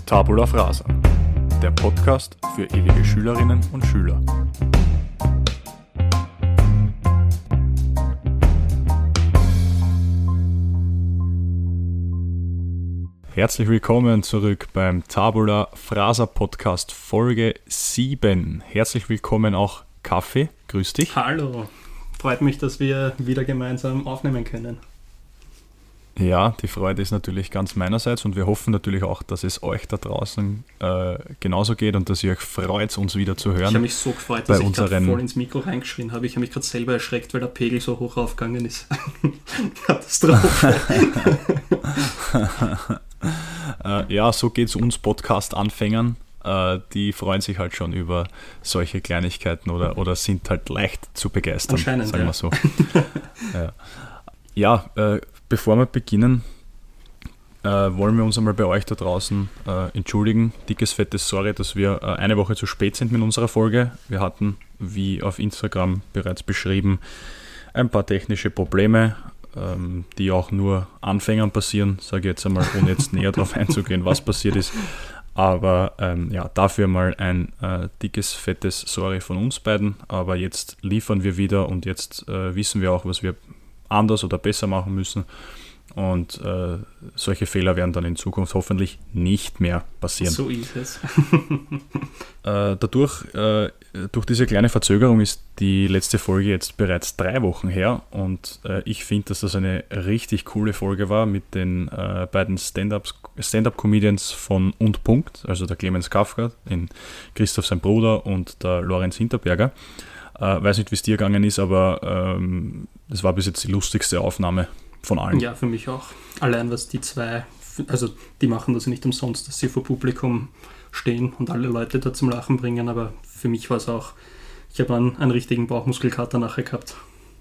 Tabula Frasa, der Podcast für ewige Schülerinnen und Schüler. Herzlich willkommen zurück beim Tabula Frasa Podcast Folge 7. Herzlich willkommen auch Kaffee, grüß dich. Hallo, freut mich, dass wir wieder gemeinsam aufnehmen können. Ja, die Freude ist natürlich ganz meinerseits und wir hoffen natürlich auch, dass es euch da draußen genauso geht und dass ihr euch freut, uns wieder zu hören. Ich habe mich so gefreut, dass ich gerade voll ins Mikro reingeschrien habe. Ich habe mich gerade selber erschreckt, weil der Pegel so hoch aufgegangen ist. Katastrophe. Ja, so geht es uns Podcast-Anfängern. Die freuen sich halt schon über solche Kleinigkeiten oder sind halt leicht zu begeistern, sagen wir so. Bevor wir beginnen, wollen wir uns einmal bei euch da draußen entschuldigen. Dickes, fettes Sorry, dass wir eine Woche zu spät sind mit unserer Folge. Wir hatten, wie auf Instagram bereits beschrieben, ein paar technische Probleme, die auch nur Anfängern passieren, sage ich jetzt einmal, ohne jetzt näher darauf einzugehen, was passiert ist. Aber dafür mal ein dickes, fettes Sorry von uns beiden. Aber jetzt liefern wir wieder und jetzt wissen wir auch, was wir anders oder besser machen müssen. Und solche Fehler werden dann in Zukunft hoffentlich nicht mehr passieren. So ist es. Durch diese kleine Verzögerung ist die letzte Folge jetzt bereits 3 Wochen her und ich finde, dass das eine richtig coole Folge war mit den beiden Stand-Up-Comedians von Und Punkt, also der Clemens Kafka, den Christoph sein Bruder und der Lorenz Hinterberger. Weiß nicht, wie es dir gegangen ist, aber das war bis jetzt die lustigste Aufnahme von allen. Ja, für mich auch. Allein was die zwei, also die machen das nicht umsonst, dass sie vor Publikum stehen und alle Leute da zum Lachen bringen, aber für mich war es auch, ich habe einen richtigen Bauchmuskelkater nachher gehabt.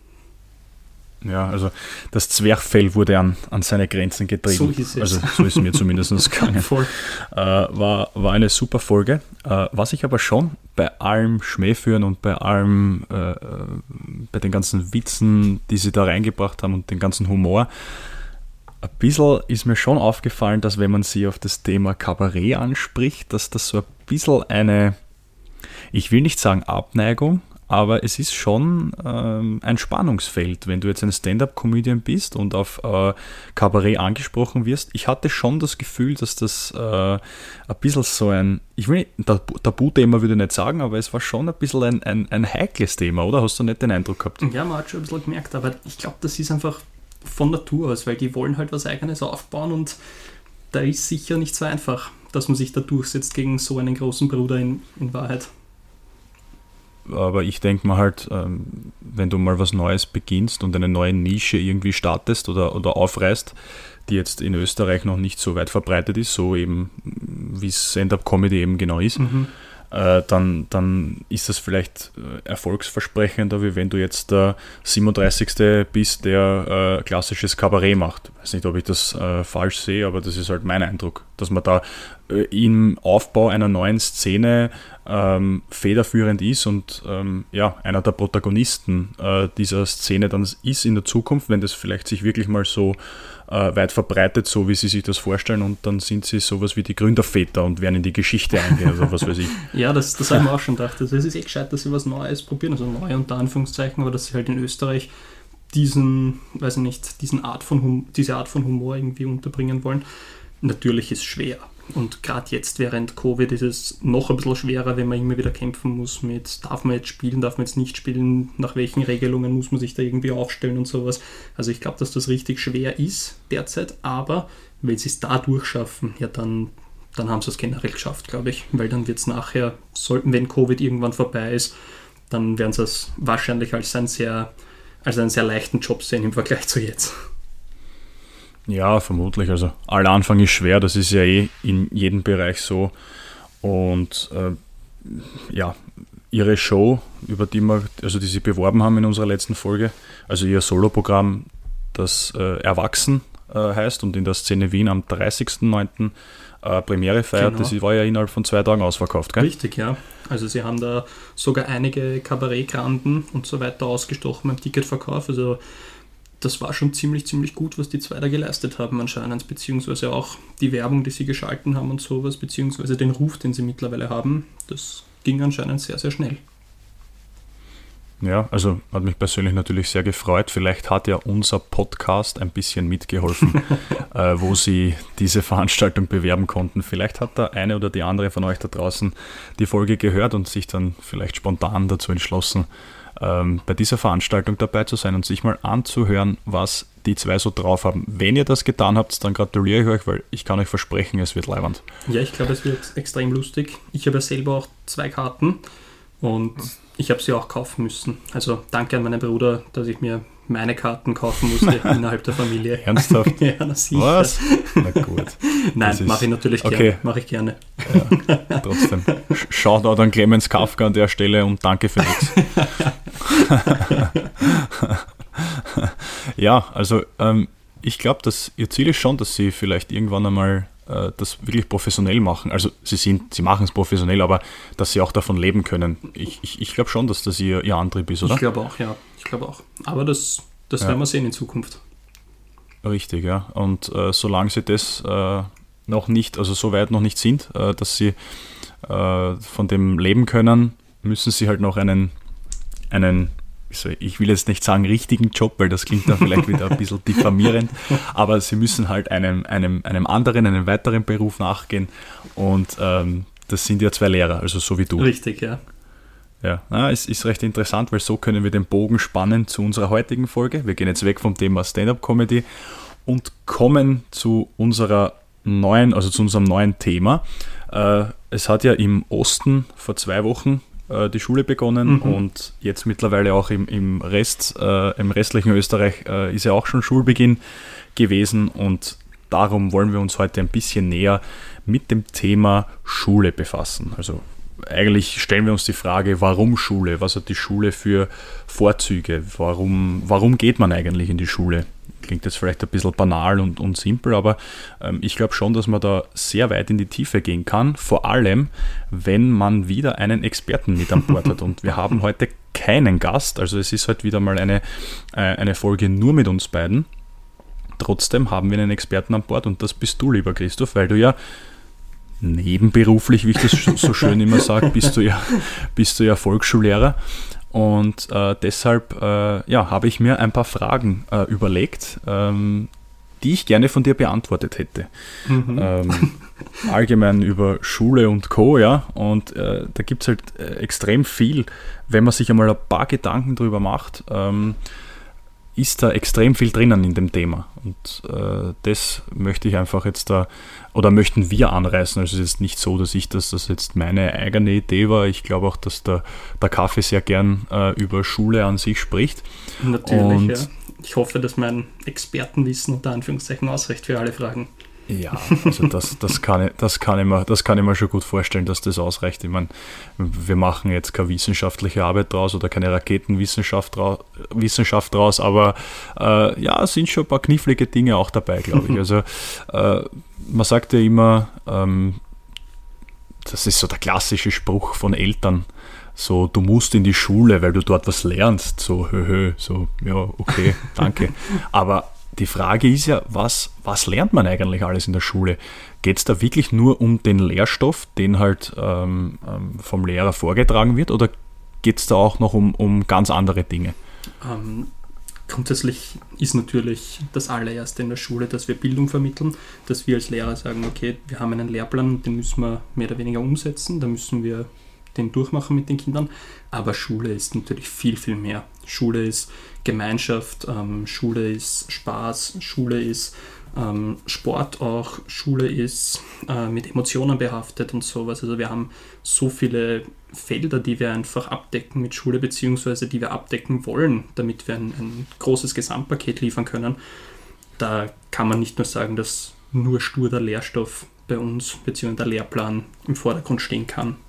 Ja, also das Zwerchfell wurde an seine Grenzen getrieben. So ist es. Also so ist mir zumindest gegangen. Voll. War eine super Folge. Was ich aber schon bei allem Schmähführen und bei allem, bei den ganzen Witzen, die sie da reingebracht haben und den ganzen Humor, ein bisschen ist mir schon aufgefallen, dass wenn man sie auf das Thema Kabarett anspricht, dass das so ein bisschen eine, ich will nicht sagen Abneigung, aber es ist schon ein Spannungsfeld, wenn du jetzt ein Stand-Up-Comedian bist und auf Kabarett angesprochen wirst. Ich hatte schon das Gefühl, dass das ein bisschen so ein, ich will nicht, Tabuthema würde ich nicht sagen, aber es war schon ein bisschen ein heikles Thema, oder? Hast du nicht den Eindruck gehabt? Ja, man hat schon ein bisschen gemerkt, aber ich glaube, das ist einfach von Natur aus, weil die wollen halt was Eigenes aufbauen und da ist sicher nicht so einfach, dass man sich da durchsetzt gegen so einen großen Bruder in Wahrheit. Aber ich denke mal halt, wenn du mal was Neues beginnst und eine neue Nische irgendwie startest oder aufreißt, die jetzt in Österreich noch nicht so weit verbreitet ist, so eben wie Stand-Up-Comedy eben genau ist, dann ist das vielleicht erfolgsversprechender, wie wenn du jetzt der 37. bist, der klassisches Kabarett macht. Ich weiß nicht, ob ich das falsch sehe, aber das ist halt mein Eindruck, dass man da im Aufbau einer neuen Szene federführend ist und einer der Protagonisten dieser Szene dann ist in der Zukunft, wenn das vielleicht sich wirklich mal so weit verbreitet, so wie sie sich das vorstellen, und dann sind sie sowas wie die Gründerväter und werden in die Geschichte eingehen, also was weiß ich. Ja, das habe ich mir auch schon gedacht. Also es ist gescheit, dass sie was Neues probieren, also neu unter Anführungszeichen, aber dass sie halt in Österreich diese Art von Humor irgendwie unterbringen wollen. Natürlich ist es schwer. Und gerade jetzt während Covid ist es noch ein bisschen schwerer, wenn man immer wieder kämpfen muss mit, darf man jetzt spielen, darf man jetzt nicht spielen, nach welchen Regelungen muss man sich da irgendwie aufstellen und sowas. Also ich glaube, dass das richtig schwer ist derzeit, aber wenn sie es da durchschaffen, ja dann haben sie es generell geschafft, glaube ich. Weil dann wird es nachher, wenn Covid irgendwann vorbei ist, dann werden sie es wahrscheinlich als einen sehr leichten Job sehen im Vergleich zu jetzt. Ja, vermutlich. Also aller Anfang ist schwer, das ist ja in jedem Bereich so. Und ihre Show, die sie beworben haben in unserer letzten Folge, also ihr Soloprogramm, das Erwachsen heißt und in der Szene Wien am 30.09. Premiere feiert, genau. Das war ja innerhalb von 2 Tagen ausverkauft, gell? Richtig, ja. Also sie haben da sogar einige Kabarettgranden und so weiter ausgestochen beim Ticketverkauf. Also das war schon ziemlich, ziemlich gut, was die zwei da geleistet haben anscheinend, beziehungsweise auch die Werbung, die sie geschalten haben und sowas, beziehungsweise den Ruf, den sie mittlerweile haben, das ging anscheinend sehr, sehr schnell. Ja, also hat mich persönlich natürlich sehr gefreut. Vielleicht hat ja unser Podcast ein bisschen mitgeholfen, wo Sie diese Veranstaltung bewerben konnten. Vielleicht hat der eine oder die andere von euch da draußen die Folge gehört und sich dann vielleicht spontan dazu entschlossen, bei dieser Veranstaltung dabei zu sein und sich mal anzuhören, was die zwei so drauf haben. Wenn ihr das getan habt, dann gratuliere ich euch, weil ich kann euch versprechen, es wird leiwand. Ja, ich glaube, es wird extrem lustig. Ich habe ja selber auch 2 Karten und ich habe sie auch kaufen müssen. Also danke an meinen Bruder, dass ich mir meine Karten kaufen musste innerhalb der Familie. Ernsthaft? Ja, na sicher. Was? Na gut. Nein, mache ich natürlich gerne. Okay. Mache ich gerne. Ja, trotzdem. Shoutout an Clemens Kafka an der Stelle und danke für nichts. Ja, also ich glaube, dass ihr Ziel ist schon, dass sie vielleicht irgendwann einmal das wirklich professionell machen. Also sie machen es professionell, aber dass sie auch davon leben können. Ich glaube schon, dass das ihr Antrieb ist, oder? Ich glaube auch, ja. Ich glaube auch. Aber das werden wir sehen in Zukunft. Richtig, ja. Und solange sie das noch nicht, also so weit noch nicht sind, dass sie von dem leben können, müssen sie halt noch einen ich will jetzt nicht sagen richtigen Job, weil das klingt dann vielleicht wieder ein bisschen diffamierend, aber sie müssen halt einem weiteren Beruf nachgehen und das sind ja 2 Lehrer, also so wie du. Richtig, ja. Ja, es ist recht interessant, weil so können wir den Bogen spannen zu unserer heutigen Folge. Wir gehen jetzt weg vom Thema Stand-Up-Comedy und kommen zu unserem neuen Thema. Es hat ja im Osten vor 2 Wochen die Schule begonnen und jetzt mittlerweile auch im restlichen Österreich ist ja auch schon Schulbeginn gewesen und darum wollen wir uns heute ein bisschen näher mit dem Thema Schule befassen. Also eigentlich stellen wir uns die Frage, warum Schule? Was hat die Schule für Vorzüge? Warum geht man eigentlich in die Schule? Klingt jetzt vielleicht ein bisschen banal und simpel, aber ich glaube schon, dass man da sehr weit in die Tiefe gehen kann, vor allem, wenn man wieder einen Experten mit an Bord hat. Und wir haben heute keinen Gast, also es ist heute wieder mal eine Folge nur mit uns beiden. Trotzdem haben wir einen Experten an Bord und das bist du, lieber Christoph, weil du ja nebenberuflich, wie ich das so schön immer sage, bist du ja Volksschullehrer. Und deshalb habe ich mir ein paar Fragen überlegt, die ich gerne von dir beantwortet hätte. Allgemein über Schule und Co. Ja? Und da gibt es halt extrem viel, wenn man sich einmal ein paar Gedanken drüber macht, ist da extrem viel drinnen in dem Thema. Und das möchte ich einfach jetzt möchten wir anreißen. Also es ist nicht so, dass das jetzt meine eigene Idee war. Ich glaube auch, dass der Kaffee sehr gern über Schule an sich spricht. Natürlich, ja. Ich hoffe, dass mein Expertenwissen unter Anführungszeichen ausreicht für alle Fragen. Ja, also das kann ich mir schon gut vorstellen, dass das ausreicht. Ich meine, wir machen jetzt keine wissenschaftliche Arbeit draus oder keine Raketenwissenschaft draus, aber es sind schon ein paar knifflige Dinge auch dabei, glaube ich. Also man sagt ja immer, das ist so der klassische Spruch von Eltern, so, du musst in die Schule, weil du dort was lernst. So, so, ja, okay, danke. Aber die Frage ist ja, was lernt man eigentlich alles in der Schule? Geht es da wirklich nur um den Lehrstoff, den halt vom Lehrer vorgetragen wird, oder geht es da auch noch um ganz andere Dinge? Grundsätzlich ist natürlich das allererste in der Schule, dass wir Bildung vermitteln, dass wir als Lehrer sagen, okay, wir haben einen Lehrplan, den müssen wir mehr oder weniger umsetzen, da müssen wir den durchmachen mit den Kindern, aber Schule ist natürlich viel, viel mehr. Schule ist Gemeinschaft, Schule ist Spaß, Schule ist Sport auch, Schule ist mit Emotionen behaftet und sowas. Also wir haben so viele Felder, die wir einfach abdecken mit Schule, beziehungsweise die wir abdecken wollen, damit wir ein großes Gesamtpaket liefern können. Da kann man nicht nur sagen, dass nur stur der Lehrstoff bei uns, beziehungsweise der Lehrplan im Vordergrund stehen kann.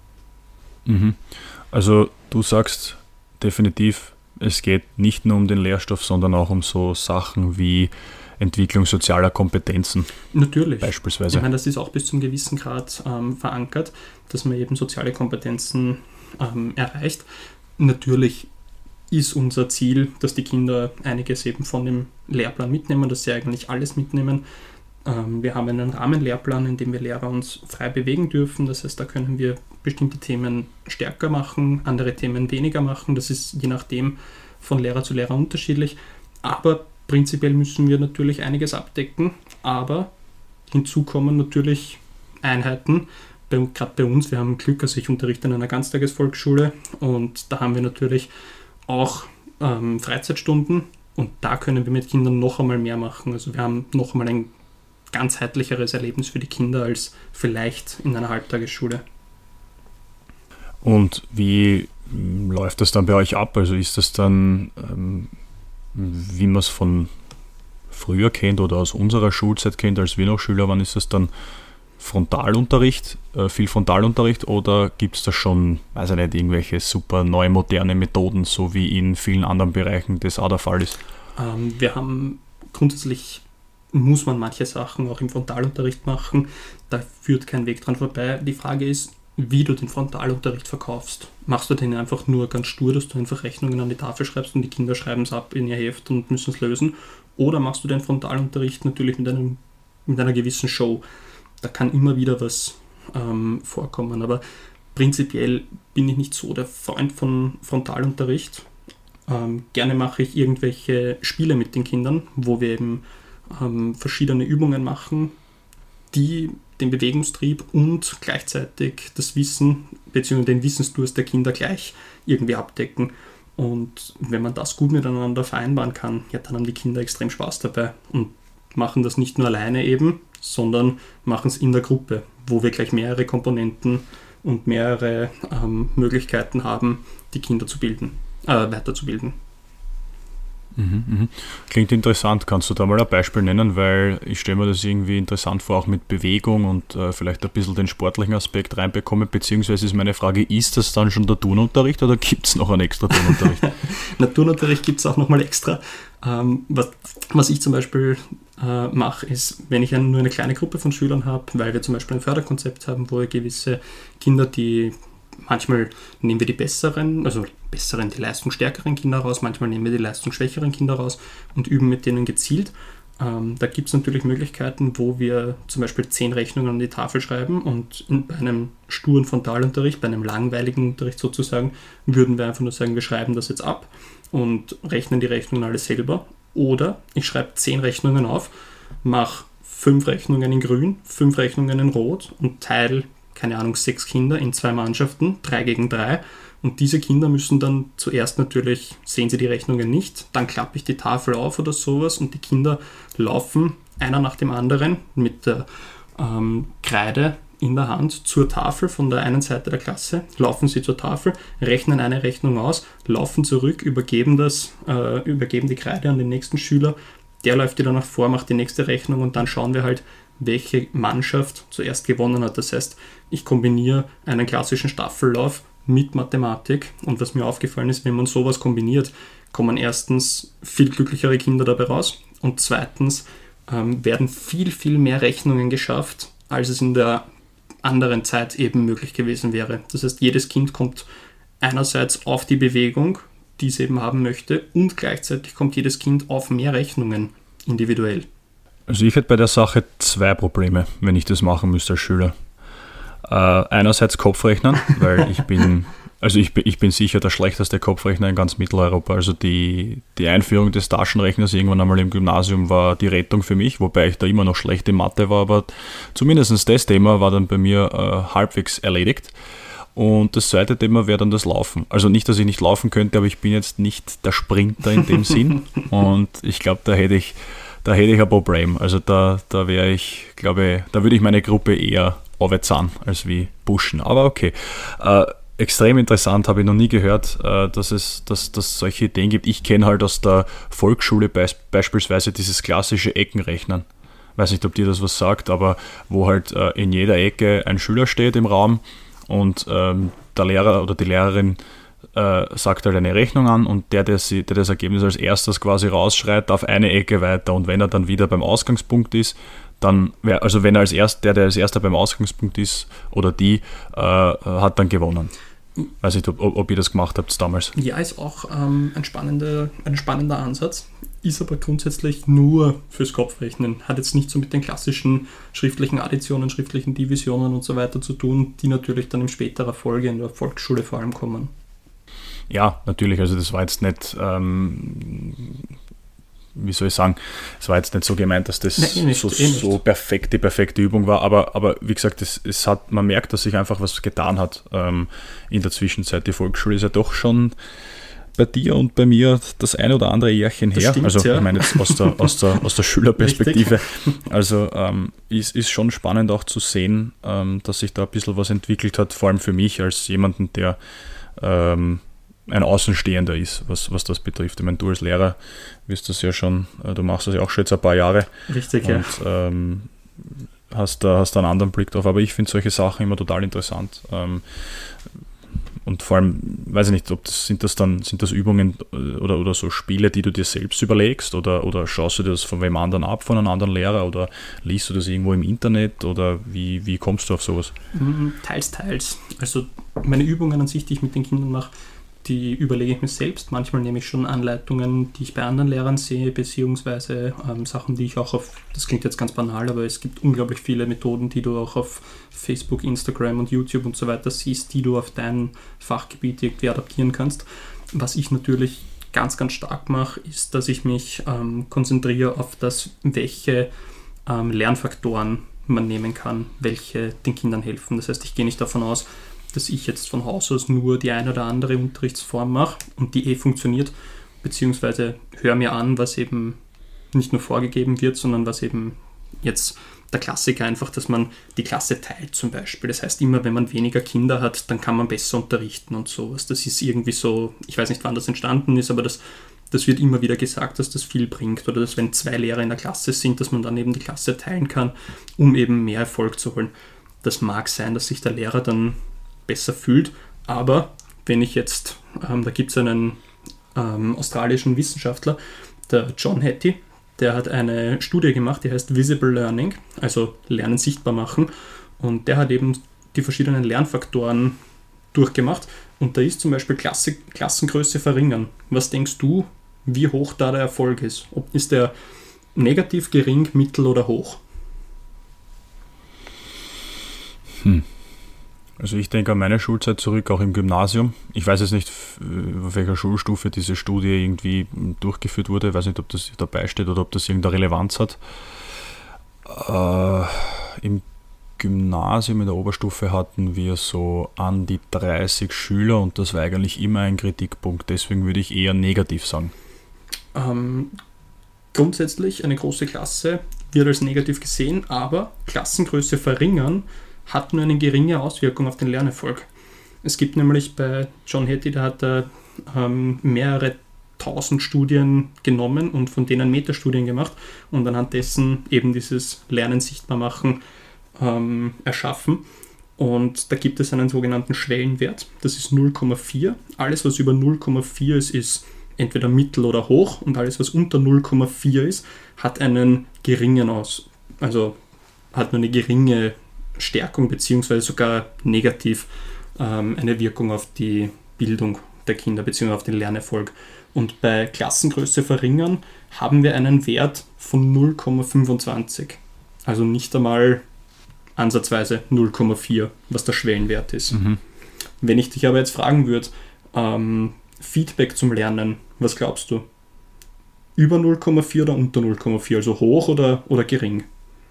Also du sagst definitiv, es geht nicht nur um den Lehrstoff, sondern auch um so Sachen wie Entwicklung sozialer Kompetenzen. Natürlich. Beispielsweise. Ich meine, das ist auch bis zum gewissen Grad verankert, dass man eben soziale Kompetenzen erreicht. Natürlich ist unser Ziel, dass die Kinder einiges eben von dem Lehrplan mitnehmen, dass sie eigentlich alles mitnehmen. Wir haben einen Rahmenlehrplan, in dem wir Lehrer uns frei bewegen dürfen. Das heißt, da können wir bestimmte Themen stärker machen, andere Themen weniger machen. Das ist je nachdem von Lehrer zu Lehrer unterschiedlich. Aber prinzipiell müssen wir natürlich einiges abdecken. Aber hinzu kommen natürlich Einheiten. Gerade bei uns, wir haben Glück, also ich unterrichte in einer Ganztagesvolksschule und da haben wir natürlich auch Freizeitstunden und da können wir mit Kindern noch einmal mehr machen. Also wir haben noch einmal ein ganzheitlicheres Erlebnis für die Kinder als vielleicht in einer Halbtagesschule. Und wie läuft das dann bei euch ab? Also ist das dann, wie man es von früher kennt oder aus unserer Schulzeit kennt, als wir noch Schüler waren, ist das dann Frontalunterricht, viel Frontalunterricht oder gibt es da schon, weiß ich nicht, irgendwelche super neue moderne Methoden, so wie in vielen anderen Bereichen das auch der Fall ist? Wir haben grundsätzlich, muss man manche Sachen auch im Frontalunterricht machen, da führt kein Weg dran vorbei. Die Frage ist, wie du den Frontalunterricht verkaufst. Machst du den einfach nur ganz stur, dass du einfach Rechnungen an die Tafel schreibst und die Kinder schreiben es ab in ihr Heft und müssen es lösen? Oder machst du den Frontalunterricht natürlich mit einer gewissen Show? Da kann immer wieder was vorkommen, aber prinzipiell bin ich nicht so der Freund von Frontalunterricht. Gerne mache ich irgendwelche Spiele mit den Kindern, wo wir eben verschiedene Übungen machen, die den Bewegungstrieb und gleichzeitig das Wissen bzw. den Wissensdurst der Kinder gleich irgendwie abdecken. Und wenn man das gut miteinander vereinbaren kann, ja, dann haben die Kinder extrem Spaß dabei und machen das nicht nur alleine eben, sondern machen es in der Gruppe, wo wir gleich mehrere Komponenten und mehrere Möglichkeiten haben, die Kinder weiterzubilden. Klingt interessant. Kannst du da mal ein Beispiel nennen, weil ich stelle mir das irgendwie interessant vor, auch mit Bewegung und vielleicht ein bisschen den sportlichen Aspekt reinbekommen, beziehungsweise ist meine Frage, ist das dann schon der Turnunterricht oder gibt es noch einen extra Turnunterricht? Turnunterricht gibt es auch nochmal extra. Was ich zum Beispiel mache, ist, wenn ich nur eine kleine Gruppe von Schülern habe, weil wir zum Beispiel ein Förderkonzept haben, wo wir gewisse Kinder, die manchmal nehmen wir die die leistungsstärkeren Kinder raus, manchmal nehmen wir die leistungsschwächeren Kinder raus und üben mit denen gezielt. Da gibt es natürlich Möglichkeiten, wo wir zum Beispiel 10 Rechnungen an die Tafel schreiben und bei einem sturen Frontalunterricht, bei einem langweiligen Unterricht sozusagen, würden wir einfach nur sagen, wir schreiben das jetzt ab und rechnen die Rechnungen alle selber. Oder ich schreibe 10 Rechnungen auf, mache 5 Rechnungen in grün, 5 Rechnungen in rot und teile, 6 Kinder in 2 Mannschaften, 3 gegen 3. Und diese Kinder müssen dann zuerst natürlich, sehen sie die Rechnungen nicht, dann klappe ich die Tafel auf oder sowas und die Kinder laufen einer nach dem anderen mit der Kreide in der Hand zur Tafel von der einen Seite der Klasse, laufen sie zur Tafel, rechnen eine Rechnung aus, laufen zurück, übergeben die Kreide an den nächsten Schüler, der läuft wieder nach vor, macht die nächste Rechnung und dann schauen wir halt, welche Mannschaft zuerst gewonnen hat. Das heißt, ich kombiniere einen klassischen Staffellauf mit Mathematik und was mir aufgefallen ist, wenn man sowas kombiniert, kommen erstens viel glücklichere Kinder dabei raus und zweitens werden viel, viel mehr Rechnungen geschafft, als es in der anderen Zeit eben möglich gewesen wäre. Das heißt, jedes Kind kommt einerseits auf die Bewegung, die es eben haben möchte und gleichzeitig kommt jedes Kind auf mehr Rechnungen individuell. Also ich hätte bei der Sache 2 Probleme, wenn ich das machen müsste als Schüler. Einerseits Kopfrechnen, weil ich bin sicher der schlechteste Kopfrechner in ganz Mitteleuropa. Also die Einführung des Taschenrechners irgendwann einmal im Gymnasium war die Rettung für mich, wobei ich da immer noch schlecht in Mathe war, aber zumindest das Thema war dann bei mir halbwegs erledigt. Und das zweite Thema wäre dann das Laufen. Also nicht, dass ich nicht laufen könnte, aber ich bin jetzt nicht der Sprinter in dem Sinn. Und ich glaube, da hätte ich ein Problem. Also da wäre ich, glaube, da würde ich meine Gruppe eher aufzahlen als wie pushen. Aber okay. Extrem interessant, habe ich noch nie gehört, dass es solche Ideen gibt. Ich kenne halt aus der Volksschule beispielsweise dieses klassische Eckenrechnen. Weiß nicht, ob dir das was sagt, aber wo halt in jeder Ecke ein Schüler steht im Raum und der Lehrer oder die Lehrerin sagt halt eine Rechnung an und der das Ergebnis als erstes quasi rausschreit, darf eine Ecke weiter und wenn er dann wieder beim Ausgangspunkt ist, dann wenn er der als erster beim Ausgangspunkt ist oder die, hat dann gewonnen. Weiß nicht, ob ihr das gemacht habt damals. Ja, ist auch ein spannender Ansatz, ist aber grundsätzlich nur fürs Kopfrechnen. Hat jetzt nicht so mit den klassischen schriftlichen Additionen, schriftlichen Divisionen und so weiter zu tun, die natürlich dann in späterer Folge in der Volksschule vor allem kommen. Ja, natürlich, also das war jetzt nicht, wie soll ich sagen, es war jetzt nicht so gemeint, dass das so perfekt, die perfekte Übung war, aber wie gesagt, man merkt, dass sich einfach was getan hat in der Zwischenzeit. Die Volksschule ist ja doch schon bei dir und bei mir das ein oder andere Jährchen her. Stimmt, also ja. ich meine jetzt aus der Schülerperspektive. Also ist schon spannend auch zu sehen, dass sich da ein bisschen was entwickelt hat, vor allem für mich als jemanden, der ein Außenstehender ist, was das betrifft. Ich meine, du als Lehrer wirst das ja schon, du machst das ja auch schon jetzt ein paar Jahre. Richtig, und, ja. Hast da einen anderen Blick drauf. Aber ich finde solche Sachen immer total interessant. Und vor allem, weiß ich nicht, sind das Übungen oder so Spiele, die du dir selbst überlegst oder schaust du das von wem anderen ab, von einem anderen Lehrer oder liest du das irgendwo im Internet oder wie kommst du auf sowas? Teils. Also meine Übungen an sich, die ich mit den Kindern mache, die überlege ich mir selbst. Manchmal nehme ich schon Anleitungen, die ich bei anderen Lehrern sehe, beziehungsweise Sachen, die ich auch das klingt jetzt ganz banal, aber es gibt unglaublich viele Methoden, die du auch auf Facebook, Instagram und YouTube und so weiter siehst, die du auf dein Fachgebiet irgendwie adaptieren kannst. Was ich natürlich ganz, ganz stark mache, ist, dass ich mich konzentriere auf das, welche Lernfaktoren man nehmen kann, welche den Kindern helfen. Das heißt, ich gehe nicht davon aus, dass ich jetzt von Haus aus nur die eine oder andere Unterrichtsform mache und die funktioniert, beziehungsweise höre mir an, was eben nicht nur vorgegeben wird, sondern was eben jetzt der Klassiker einfach, dass man die Klasse teilt zum Beispiel. Das heißt, immer wenn man weniger Kinder hat, dann kann man besser unterrichten und sowas. Das ist irgendwie so, ich weiß nicht, wann das entstanden ist, aber das wird immer wieder gesagt, dass das viel bringt oder dass wenn 2 Lehrer in der Klasse sind, dass man dann eben die Klasse teilen kann, um eben mehr Erfolg zu holen. Das mag sein, dass sich der Lehrer dann besser fühlt, aber wenn ich jetzt, da gibt es einen australischen Wissenschaftler, der John Hattie, der hat eine Studie gemacht, die heißt Visible Learning, also Lernen sichtbar machen, und der hat eben die verschiedenen Lernfaktoren durchgemacht und da ist zum Beispiel Klassengröße verringern. Was denkst du, wie hoch da der Erfolg ist? Ist der negativ, gering, mittel oder hoch? Also ich denke an meine Schulzeit zurück, auch im Gymnasium. Ich weiß jetzt nicht, auf welcher Schulstufe diese Studie irgendwie durchgeführt wurde. Ich weiß nicht, ob das dabei steht oder ob das irgendeine Relevanz hat. Im Gymnasium in der Oberstufe hatten wir so an die 30 Schüler und das war eigentlich immer ein Kritikpunkt. Deswegen würde ich eher negativ sagen. Grundsätzlich eine große Klasse wird als negativ gesehen, aber Klassengröße verringern hat nur eine geringe Auswirkung auf den Lernerfolg. Es gibt nämlich bei John Hattie, da hat er mehrere 1000 Studien genommen und von denen Metastudien gemacht und anhand dessen eben dieses Lernen sichtbar machen erschaffen. Und da gibt es einen sogenannten Schwellenwert, das ist 0,4. Alles, was über 0,4 ist entweder mittel oder hoch und alles, was unter 0,4 ist, hat einen geringen also hat nur eine geringe Stärkung beziehungsweise sogar negativ eine Wirkung auf die Bildung der Kinder beziehungsweise auf den Lernerfolg. Und bei Klassengröße verringern haben wir einen Wert von 0,25. Also nicht einmal ansatzweise 0,4, was der Schwellenwert ist. Mhm. Wenn ich dich aber jetzt fragen würde, Feedback zum Lernen, was glaubst du? Über 0,4 oder unter 0,4? Also hoch oder gering?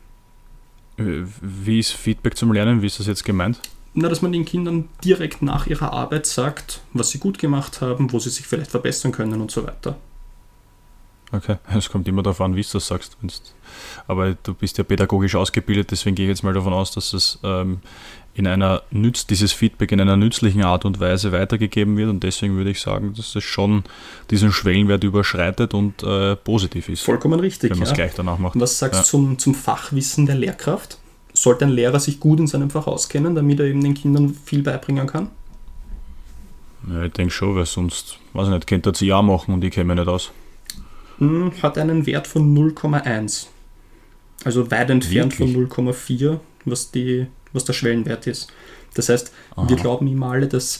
Wie ist Feedback zum Lernen? Wie ist das jetzt gemeint? Na, dass man den Kindern direkt nach ihrer Arbeit sagt, was sie gut gemacht haben, wo sie sich vielleicht verbessern können und so weiter. Okay, es kommt immer darauf an, wie du das sagst. Aber du bist ja pädagogisch ausgebildet, deswegen gehe ich jetzt mal davon aus, dass es dieses Feedback in einer nützlichen Art und Weise weitergegeben wird und deswegen würde ich sagen, dass es schon diesen Schwellenwert überschreitet und positiv ist. Vollkommen richtig, wenn man es gleich danach macht. Was sagst du zum Fachwissen der Lehrkraft? Sollte ein Lehrer sich gut in seinem Fach auskennen, damit er eben den Kindern viel beibringen kann? Ja, ich denke schon, weil sonst, weiß ich nicht, könnte er es ja machen und ich käme nicht aus. Hat einen Wert von 0,1. Also weit entfernt Wirklich? von 0,4, was der Schwellenwert ist. Das heißt, wir glauben immer alle, dass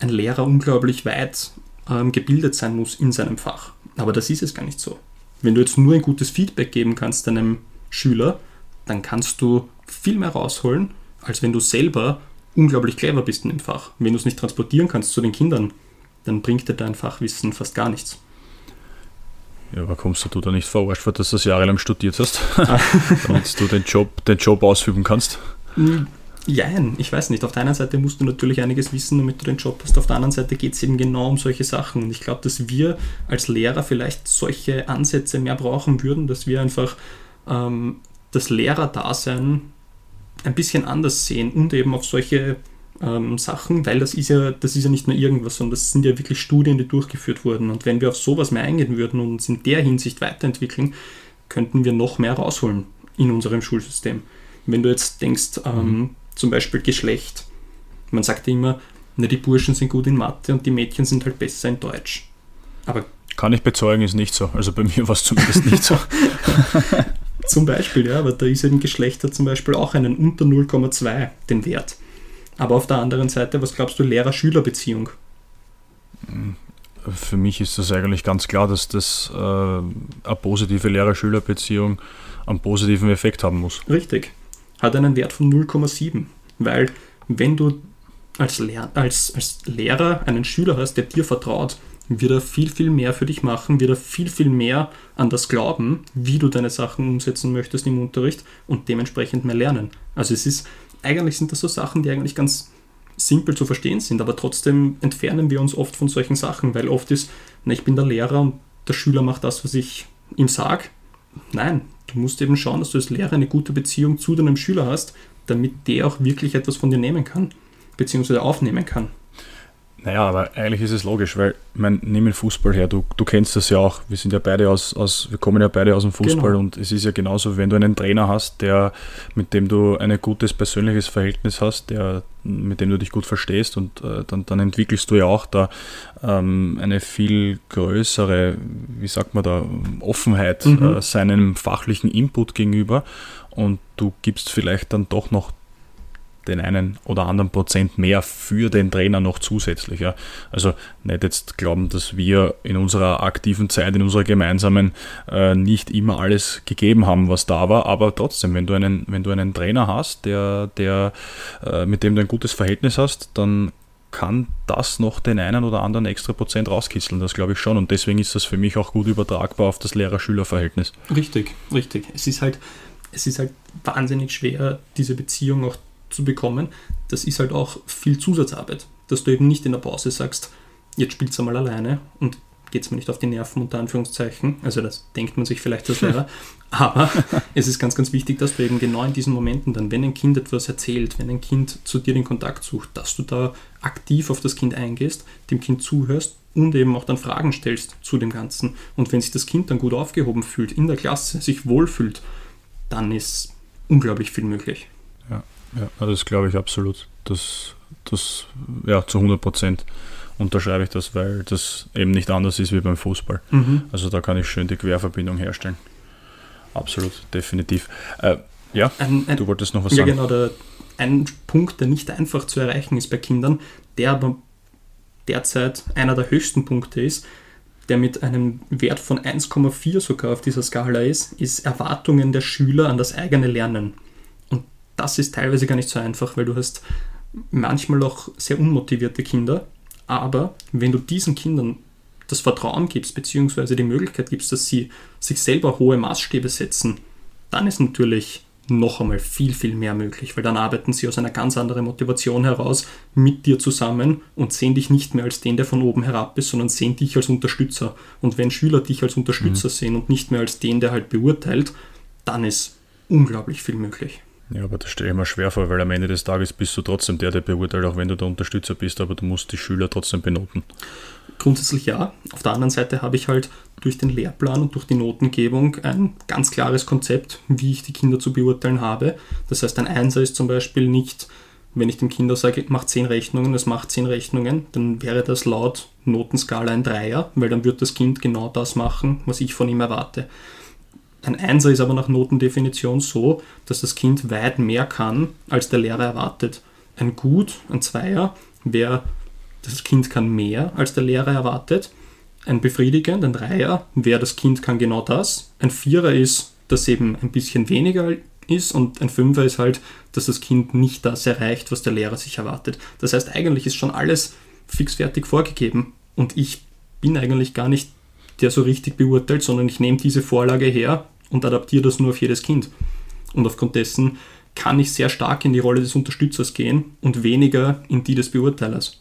ein Lehrer unglaublich weit gebildet sein muss in seinem Fach. Aber das ist es gar nicht so. Wenn du jetzt nur ein gutes Feedback geben kannst deinem Schüler, dann kannst du viel mehr rausholen, als wenn du selber unglaublich clever bist in dem Fach. Wenn du es nicht transportieren kannst zu den Kindern, dann bringt dir dein Fachwissen fast gar nichts. Ja, aber kommst du da nicht verarscht vor, dass du das jahrelang studiert hast, damit du den Job ausüben kannst? Jein, ich weiß nicht. Auf der einen Seite musst du natürlich einiges wissen, damit du den Job hast. Auf der anderen Seite geht es eben genau um solche Sachen. Und ich glaube, dass wir als Lehrer vielleicht solche Ansätze mehr brauchen würden, dass wir einfach das Lehrerdasein ein bisschen anders sehen und eben auf solche Sachen, weil das ist ja nicht nur irgendwas, sondern das sind ja wirklich Studien, die durchgeführt wurden. Und wenn wir auf sowas mehr eingehen würden und uns in der Hinsicht weiterentwickeln, könnten wir noch mehr rausholen in unserem Schulsystem. Wenn du jetzt denkst, zum Beispiel Geschlecht, man sagt ja immer, die Burschen sind gut in Mathe und die Mädchen sind halt besser in Deutsch. Aber kann ich bezeugen, ist nicht so. Also bei mir war es zumindest nicht so. Zum Beispiel, ja, aber da ist eben Geschlechter zum Beispiel auch einen unter 0,2 den Wert. Aber auf der anderen Seite, was glaubst du, Lehrer-Schüler-Beziehung? Für mich ist das eigentlich ganz klar, dass das eine positive Lehrer-Schüler-Beziehung einen positiven Effekt haben muss. Richtig. Hat einen Wert von 0,7. Weil wenn du als Lehrer einen Schüler hast, der dir vertraut, wird er viel, viel mehr für dich machen, wird er viel, viel mehr an das glauben, wie du deine Sachen umsetzen möchtest im Unterricht und dementsprechend mehr lernen. Also eigentlich sind das so Sachen, die eigentlich ganz simpel zu verstehen sind, aber trotzdem entfernen wir uns oft von solchen Sachen, weil oft ist, ich bin der Lehrer und der Schüler macht das, was ich ihm sage. Nein, du musst eben schauen, dass du als Lehrer eine gute Beziehung zu deinem Schüler hast, damit der auch wirklich etwas von dir nehmen kann, beziehungsweise aufnehmen kann. Naja, aber eigentlich ist es logisch, weil, nimm den Fußball her, du kennst das ja auch, wir kommen ja beide aus dem Fußball, genau. Und es ist ja genauso, wenn du einen Trainer hast, mit dem du ein gutes persönliches Verhältnis hast, mit dem du dich gut verstehst und dann entwickelst du ja auch da eine viel größere, wie sagt man da, Offenheit seinem fachlichen Input gegenüber und du gibst vielleicht dann doch noch den einen oder anderen Prozent mehr für den Trainer noch zusätzlich. Ja. Also nicht jetzt glauben, dass wir in unserer aktiven Zeit, in unserer gemeinsamen, nicht immer alles gegeben haben, was da war, aber trotzdem, wenn du einen Trainer hast, mit dem du ein gutes Verhältnis hast, dann kann das noch den einen oder anderen extra Prozent rauskitzeln, das glaube ich schon. Und deswegen ist das für mich auch gut übertragbar auf das Lehrer-Schüler-Verhältnis. Richtig. Es ist halt wahnsinnig schwer, diese Beziehung auch zu bekommen. Das ist halt auch viel Zusatzarbeit, dass du eben nicht in der Pause sagst, jetzt spielst du mal alleine und geht es mir nicht auf die Nerven, unter Anführungszeichen. Also das denkt man sich vielleicht als Lehrer. Aber es ist ganz, ganz wichtig, dass du eben genau in diesen Momenten dann, wenn ein Kind etwas erzählt, wenn ein Kind zu dir den Kontakt sucht, dass du da aktiv auf das Kind eingehst, dem Kind zuhörst und eben auch dann Fragen stellst zu dem Ganzen. Und wenn sich das Kind dann gut aufgehoben fühlt, in der Klasse, sich wohlfühlt, dann ist unglaublich viel möglich. Ja, das glaube ich absolut. Das zu 100% unterschreibe ich das, weil das eben nicht anders ist wie beim Fußball. Also da kann ich schön die Querverbindung herstellen. Absolut, definitiv. Du wolltest noch was sagen. Ja, genau. Ein Punkt, der nicht einfach zu erreichen ist bei Kindern, der aber derzeit einer der höchsten Punkte ist, der mit einem Wert von 1,4 sogar auf dieser Skala ist Erwartungen der Schüler an das eigene Lernen. Das ist teilweise gar nicht so einfach, weil du hast manchmal auch sehr unmotivierte Kinder, aber wenn du diesen Kindern das Vertrauen gibst, beziehungsweise die Möglichkeit gibst, dass sie sich selber hohe Maßstäbe setzen, dann ist natürlich noch einmal viel, viel mehr möglich, weil dann arbeiten sie aus einer ganz anderen Motivation heraus mit dir zusammen und sehen dich nicht mehr als den, der von oben herab ist, sondern sehen dich als Unterstützer. Und wenn Schüler dich als Unterstützer sehen und nicht mehr als den, der halt beurteilt, dann ist unglaublich viel möglich. Ja, aber das stelle ich mir schwer vor, weil am Ende des Tages bist du trotzdem der beurteilt, auch wenn du der Unterstützer bist, aber du musst die Schüler trotzdem benoten. Grundsätzlich ja. Auf der anderen Seite habe ich halt durch den Lehrplan und durch die Notengebung ein ganz klares Konzept, wie ich die Kinder zu beurteilen habe. Das heißt, ein Einser ist zum Beispiel nicht, wenn ich dem Kind sage, mach 10 Rechnungen, es macht 10 Rechnungen, dann wäre das laut Notenskala ein Dreier, weil dann wird das Kind genau das machen, was ich von ihm erwarte. Ein Einser ist aber nach Notendefinition so, dass das Kind weit mehr kann, als der Lehrer erwartet. Ein Gut, ein Zweier, wäre das Kind kann mehr, als der Lehrer erwartet. Ein befriedigend, ein Dreier wäre, das Kind kann genau das. Ein Vierer ist, dass eben ein bisschen weniger ist und ein Fünfer ist halt, dass das Kind nicht das erreicht, was der Lehrer sich erwartet. Das heißt, eigentlich ist schon alles fixfertig vorgegeben und ich bin eigentlich gar nicht der so richtig beurteilt, sondern ich nehme diese Vorlage her und adaptiere das nur auf jedes Kind. Und aufgrund dessen kann ich sehr stark in die Rolle des Unterstützers gehen und weniger in die des Beurteilers.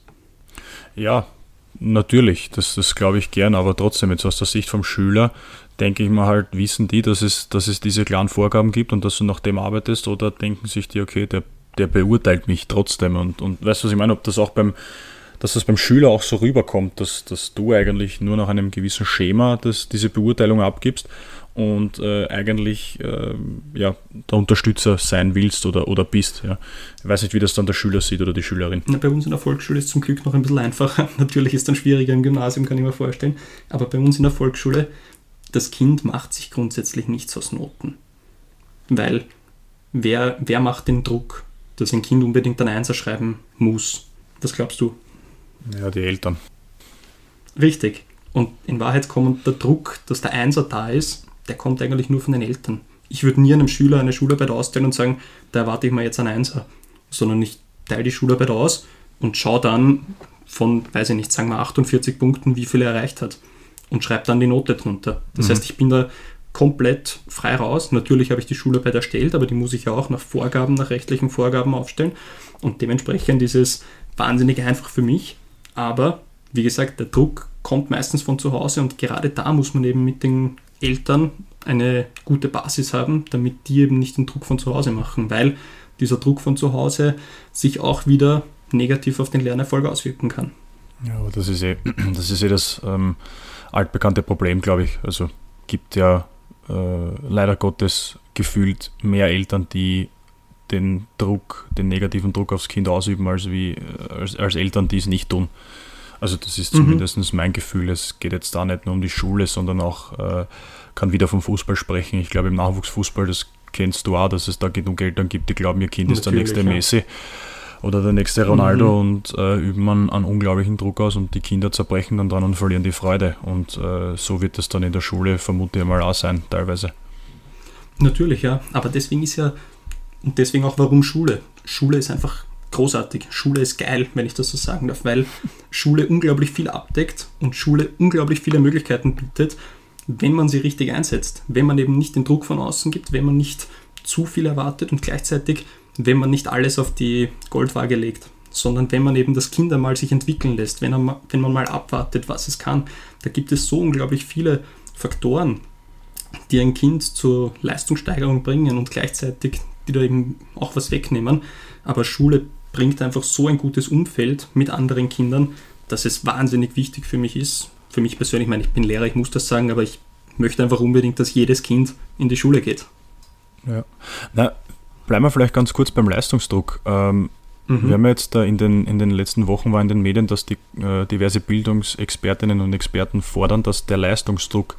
Ja, natürlich, das glaube ich gern, aber trotzdem jetzt aus der Sicht vom Schüler denke ich mir halt, wissen die, dass es diese klaren Vorgaben gibt und dass du nach dem arbeitest, oder denken sich die, okay, der beurteilt mich trotzdem und weißt du, was ich meine, ob das auch dass das beim Schüler auch so rüberkommt, dass du eigentlich nur nach einem gewissen Schema diese Beurteilung abgibst und eigentlich der Unterstützer sein willst oder bist. Ja. Ich weiß nicht, wie das dann der Schüler sieht oder die Schülerin. Bei uns in der Volksschule ist es zum Glück noch ein bisschen einfacher. Natürlich ist es dann schwieriger im Gymnasium, kann ich mir vorstellen. Aber bei uns in der Volksschule, das Kind macht sich grundsätzlich nichts aus Noten. Weil wer macht den Druck, dass ein Kind unbedingt ein Einser schreiben muss? Was glaubst du? Ja, die Eltern. Richtig. Und in Wahrheit kommt der Druck, dass der Einser da ist, der kommt eigentlich nur von den Eltern. Ich würde nie einem Schüler eine Schularbeit ausstellen und sagen, da erwarte ich mir jetzt einen Einser. Sondern ich teile die Schularbeit aus und schaue dann von, weiß ich nicht, sagen wir 48 Punkten, wie viel er erreicht hat. Und schreibe dann die Note drunter. Das heißt, ich bin da komplett frei raus. Natürlich habe ich die Schularbeit erstellt, aber die muss ich ja auch nach rechtlichen Vorgaben aufstellen. Und dementsprechend ist es wahnsinnig einfach für mich. Aber, wie gesagt, der Druck kommt meistens von zu Hause und gerade da muss man eben mit den Eltern eine gute Basis haben, damit die eben nicht den Druck von zu Hause machen, weil dieser Druck von zu Hause sich auch wieder negativ auf den Lernerfolg auswirken kann. Ja, aber das ist das altbekannte Problem, glaube ich. Also gibt ja leider Gottes gefühlt mehr Eltern, die den negativen Druck aufs Kind ausüben, als Eltern, die es nicht tun. Also das ist zumindest mein Gefühl. Es geht jetzt da nicht nur um die Schule, sondern auch, kann wieder vom Fußball sprechen. Ich glaube, im Nachwuchsfußball, das kennst du auch, dass es da genug Eltern gibt, die glauben, ihr Kind ist der nächste Messi oder der nächste Ronaldo und üben einen unglaublichen Druck aus und die Kinder zerbrechen dann dran und verlieren die Freude. Und so wird es dann in der Schule vermute ich mal auch sein, teilweise. Natürlich, ja. Aber deswegen auch warum Schule. Schule ist einfach großartig. Schule ist geil, wenn ich das so sagen darf, weil Schule unglaublich viel abdeckt und Schule unglaublich viele Möglichkeiten bietet, wenn man sie richtig einsetzt. Wenn man eben nicht den Druck von außen gibt, wenn man nicht zu viel erwartet und gleichzeitig, wenn man nicht alles auf die Goldwaage legt, sondern wenn man eben das Kind einmal sich entwickeln lässt, wenn man mal abwartet, was es kann. Da gibt es so unglaublich viele Faktoren, die ein Kind zur Leistungssteigerung bringen und gleichzeitig die da eben auch was wegnehmen. Aber Schule bringt einfach so ein gutes Umfeld mit anderen Kindern, dass es wahnsinnig wichtig für mich ist. Für mich persönlich, ich meine, ich bin Lehrer, ich muss das sagen, aber ich möchte einfach unbedingt, dass jedes Kind in die Schule geht. Ja. Na, bleiben wir vielleicht ganz kurz beim Leistungsdruck. Wir haben jetzt da in den letzten Wochen war in den Medien, dass die diverse Bildungsexpertinnen und Experten fordern, dass der Leistungsdruck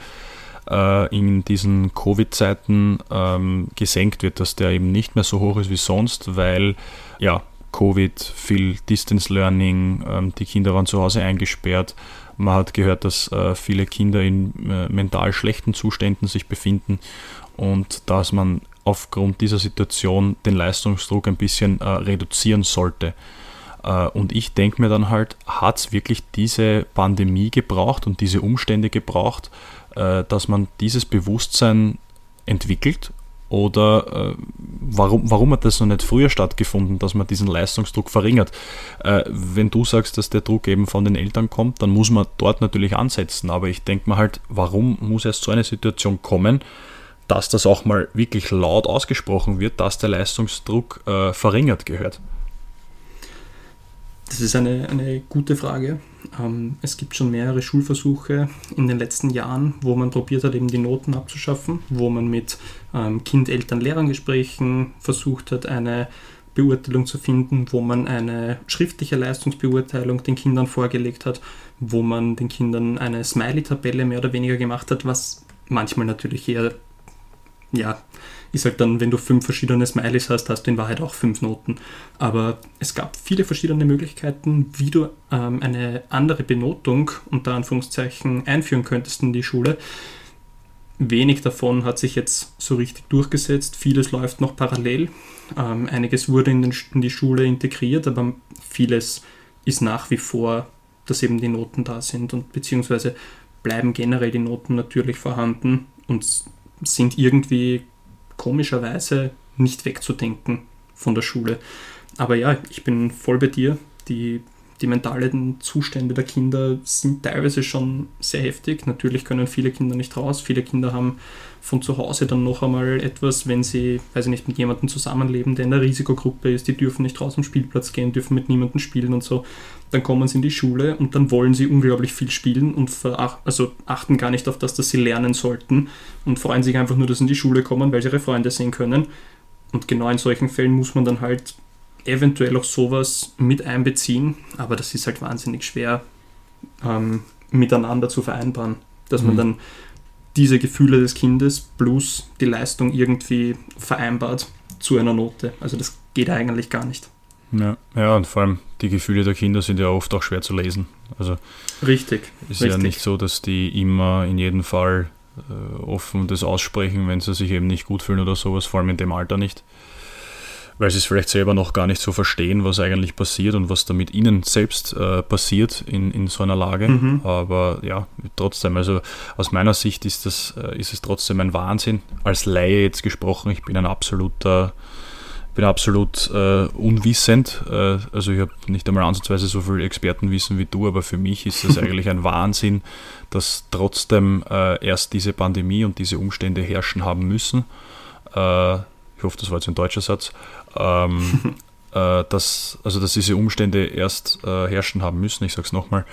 in diesen Covid-Zeiten gesenkt wird, dass der eben nicht mehr so hoch ist wie sonst, weil ja Covid, viel Distance Learning, die Kinder waren zu Hause eingesperrt. Man hat gehört, dass viele Kinder in mental schlechten Zuständen sich befinden und dass man aufgrund dieser Situation den Leistungsdruck ein bisschen reduzieren sollte. Und ich denke mir dann halt, hat es wirklich diese Pandemie gebraucht und diese Umstände gebraucht, dass man dieses Bewusstsein entwickelt? Oder warum hat das noch nicht früher stattgefunden, dass man diesen Leistungsdruck verringert? Wenn du sagst, dass der Druck eben von den Eltern kommt, dann muss man dort natürlich ansetzen. Aber ich denke mir halt, warum muss erst so eine Situation kommen, dass das auch mal wirklich laut ausgesprochen wird, dass der Leistungsdruck verringert gehört? Das ist eine gute Frage. Es gibt schon mehrere Schulversuche in den letzten Jahren, wo man probiert hat, eben die Noten abzuschaffen, wo man mit Kind-Eltern-Lehrern-Gesprächen versucht hat, eine Beurteilung zu finden, wo man eine schriftliche Leistungsbeurteilung den Kindern vorgelegt hat, wo man den Kindern eine Smiley-Tabelle mehr oder weniger gemacht hat, was manchmal natürlich eher ja, ist halt dann, wenn du 5 verschiedene Smileys hast, hast du in Wahrheit auch 5 Noten. Aber es gab viele verschiedene Möglichkeiten, wie du eine andere Benotung, unter Anführungszeichen, einführen könntest in die Schule. Wenig davon hat sich jetzt so richtig durchgesetzt. Vieles läuft noch parallel. Einiges wurde in die Schule integriert, aber vieles ist nach wie vor, dass eben die Noten da sind und beziehungsweise bleiben generell die Noten natürlich vorhanden und sind irgendwie komischerweise nicht wegzudenken von der Schule. Aber ja, ich bin voll bei dir. Die mentalen Zustände der Kinder sind teilweise schon sehr heftig. Natürlich können viele Kinder nicht raus. Viele Kinder haben von zu Hause dann noch einmal etwas, wenn sie, weiß ich nicht, mit jemandem zusammenleben, der in der Risikogruppe ist. Die dürfen nicht raus am Spielplatz gehen, dürfen mit niemandem spielen und so. Dann kommen sie in die Schule und dann wollen sie unglaublich viel spielen und achten gar nicht auf das, dass sie lernen sollten und freuen sich einfach nur, dass sie in die Schule kommen, weil sie ihre Freunde sehen können. Und genau in solchen Fällen muss man dann halt eventuell auch sowas mit einbeziehen, aber das ist halt wahnsinnig schwer miteinander zu vereinbaren, dass man dann diese Gefühle des Kindes plus die Leistung irgendwie vereinbart zu einer Note. Also das geht eigentlich gar nicht. Ja, und vor allem die Gefühle der Kinder sind ja oft auch schwer zu lesen. Also Richtig. Ja nicht so, dass die immer in jedem Fall offen das aussprechen, wenn sie sich eben nicht gut fühlen oder sowas, vor allem in dem Alter nicht. Weil sie es vielleicht selber noch gar nicht so verstehen, was eigentlich passiert und was da mit ihnen selbst passiert in so einer Lage. Aber ja, trotzdem, also aus meiner Sicht ist es trotzdem ein Wahnsinn. Als Laie jetzt gesprochen, ich bin absolut unwissend. Also ich habe nicht einmal ansatzweise so viel Expertenwissen wie du, aber für mich ist es eigentlich ein Wahnsinn, dass trotzdem erst diese Pandemie und diese Umstände herrschen haben müssen. Ich hoffe, das war jetzt ein deutscher Satz. Dass diese Umstände erst herrschen haben müssen, ich sage es nochmal,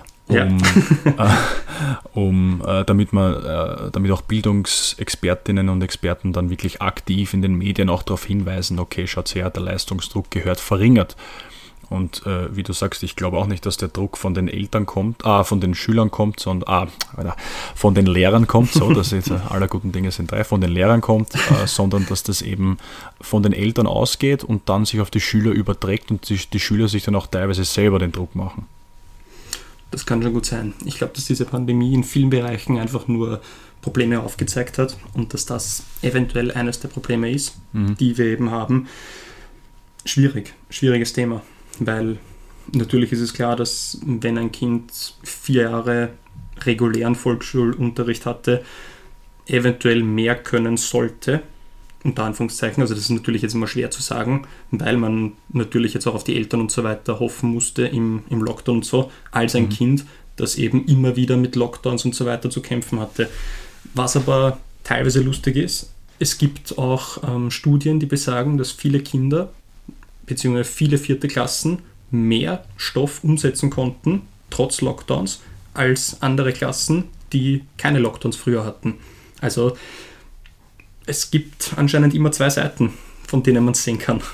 damit auch Bildungsexpertinnen und Experten dann wirklich aktiv in den Medien auch darauf hinweisen, okay, schaut her, der Leistungsdruck gehört verringert. Und wie du sagst, ich glaube auch nicht, dass der Druck von den Eltern kommt, von den Schülern kommt, sondern von den Lehrern kommt, so, dass jetzt aller guten Dinge sind 3, von den Lehrern kommt, sondern dass das eben von den Eltern ausgeht und dann sich auf die Schüler überträgt und die Schüler sich dann auch teilweise selber den Druck machen. Das kann schon gut sein. Ich glaube, dass diese Pandemie in vielen Bereichen einfach nur Probleme aufgezeigt hat und dass das eventuell eines der Probleme ist, die wir eben haben. Schwieriges Thema. Weil natürlich ist es klar, dass wenn ein Kind 4 Jahre regulären Volksschulunterricht hatte, eventuell mehr können sollte, unter Anführungszeichen, also das ist natürlich jetzt immer schwer zu sagen, weil man natürlich jetzt auch auf die Eltern und so weiter hoffen musste im Lockdown und so, als ein Kind, das eben immer wieder mit Lockdowns und so weiter zu kämpfen hatte. Was aber teilweise lustig ist, es gibt auch Studien, die besagen, dass viele Kinder beziehungsweise viele 4. Klassen mehr Stoff umsetzen konnten, trotz Lockdowns, als andere Klassen, die keine Lockdowns früher hatten. Also es gibt anscheinend immer 2 Seiten, von denen man es sehen kann.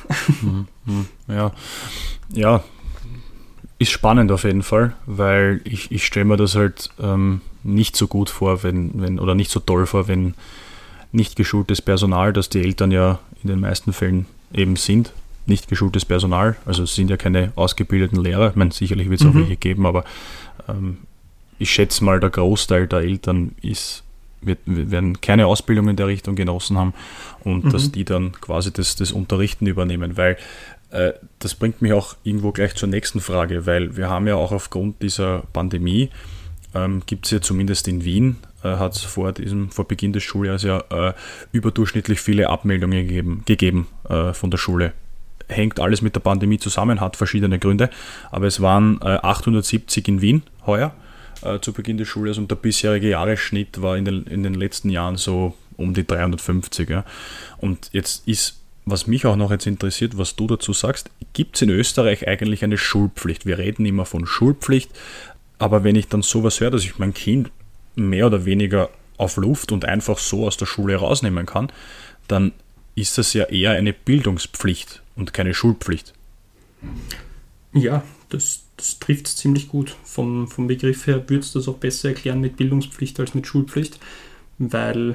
Ja, ist spannend auf jeden Fall, weil ich stelle mir das halt nicht so gut vor, wenn oder nicht so toll vor, wenn nicht geschultes Personal, das die Eltern ja in den meisten Fällen eben sind, nicht geschultes Personal, also es sind ja keine ausgebildeten Lehrer, ich meine, sicherlich wird es auch welche geben, aber ich schätze mal, der Großteil der Eltern werden keine Ausbildung in der Richtung genossen haben und dass die dann quasi das Unterrichten übernehmen, weil das bringt mich auch irgendwo gleich zur nächsten Frage, weil wir haben ja auch aufgrund dieser Pandemie, gibt es ja zumindest in Wien, hat es vor Beginn des Schuljahres ja überdurchschnittlich viele Abmeldungen gegeben von der Schule. Hängt alles mit der Pandemie zusammen, hat verschiedene Gründe, aber es waren 870 in Wien heuer zu Beginn des Schuljahres und der bisherige Jahresschnitt war in den letzten Jahren so um die 350. Ja. Und jetzt ist, was mich auch noch jetzt interessiert, was du dazu sagst, gibt es in Österreich eigentlich eine Schulpflicht? Wir reden immer von Schulpflicht, aber wenn ich dann sowas höre, dass ich mein Kind mehr oder weniger auf Luft und einfach so aus der Schule rausnehmen kann, dann ist das ja eher eine Bildungspflicht und keine Schulpflicht. Ja, das trifft es ziemlich gut. Vom Begriff her würde es das auch besser erklären mit Bildungspflicht als mit Schulpflicht, weil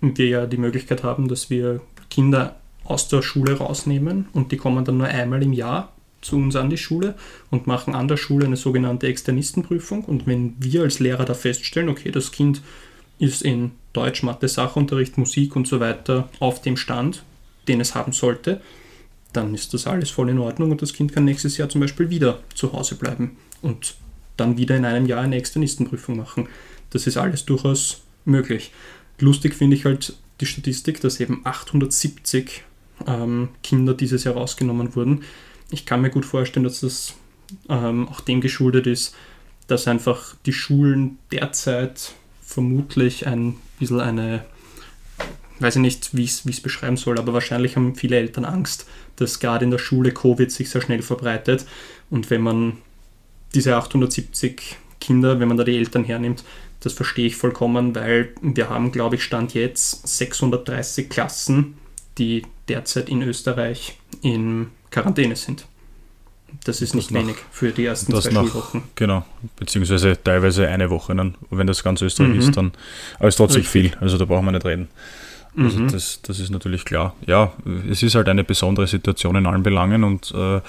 wir ja die Möglichkeit haben, dass wir Kinder aus der Schule rausnehmen und die kommen dann nur einmal im Jahr zu uns an die Schule und machen an der Schule eine sogenannte Externistenprüfung. Und wenn wir als Lehrer da feststellen, okay, das Kind ist in Deutsch, Mathe, Sachunterricht, Musik und so weiter auf dem Stand, den es haben sollte, dann ist das alles voll in Ordnung und das Kind kann nächstes Jahr zum Beispiel wieder zu Hause bleiben und dann wieder in einem Jahr eine Externistenprüfung machen. Das ist alles durchaus möglich. Lustig finde ich halt die Statistik, dass eben 870 Kinder dieses Jahr rausgenommen wurden. Ich kann mir gut vorstellen, dass das auch dem geschuldet ist, dass einfach die Schulen derzeit vermutlich ein bisschen eine, weiß ich nicht, wie ich es beschreiben soll, aber wahrscheinlich haben viele Eltern Angst, dass gerade in der Schule Covid sich sehr schnell verbreitet. Und wenn man diese 870 Kinder, wenn man da die Eltern hernimmt, das verstehe ich vollkommen, weil wir haben, glaube ich, Stand jetzt 630 Klassen, die derzeit in Österreich in Quarantäne sind. Das ist nicht wenig für die ersten 2 Schulwochen. Genau, beziehungsweise teilweise eine Woche. Dann, wenn das ganz Österreich ist, dann aber es ist trotzdem viel. Also da brauchen wir nicht reden. Also das ist natürlich klar. Ja, es ist halt eine besondere Situation in allen Belangen und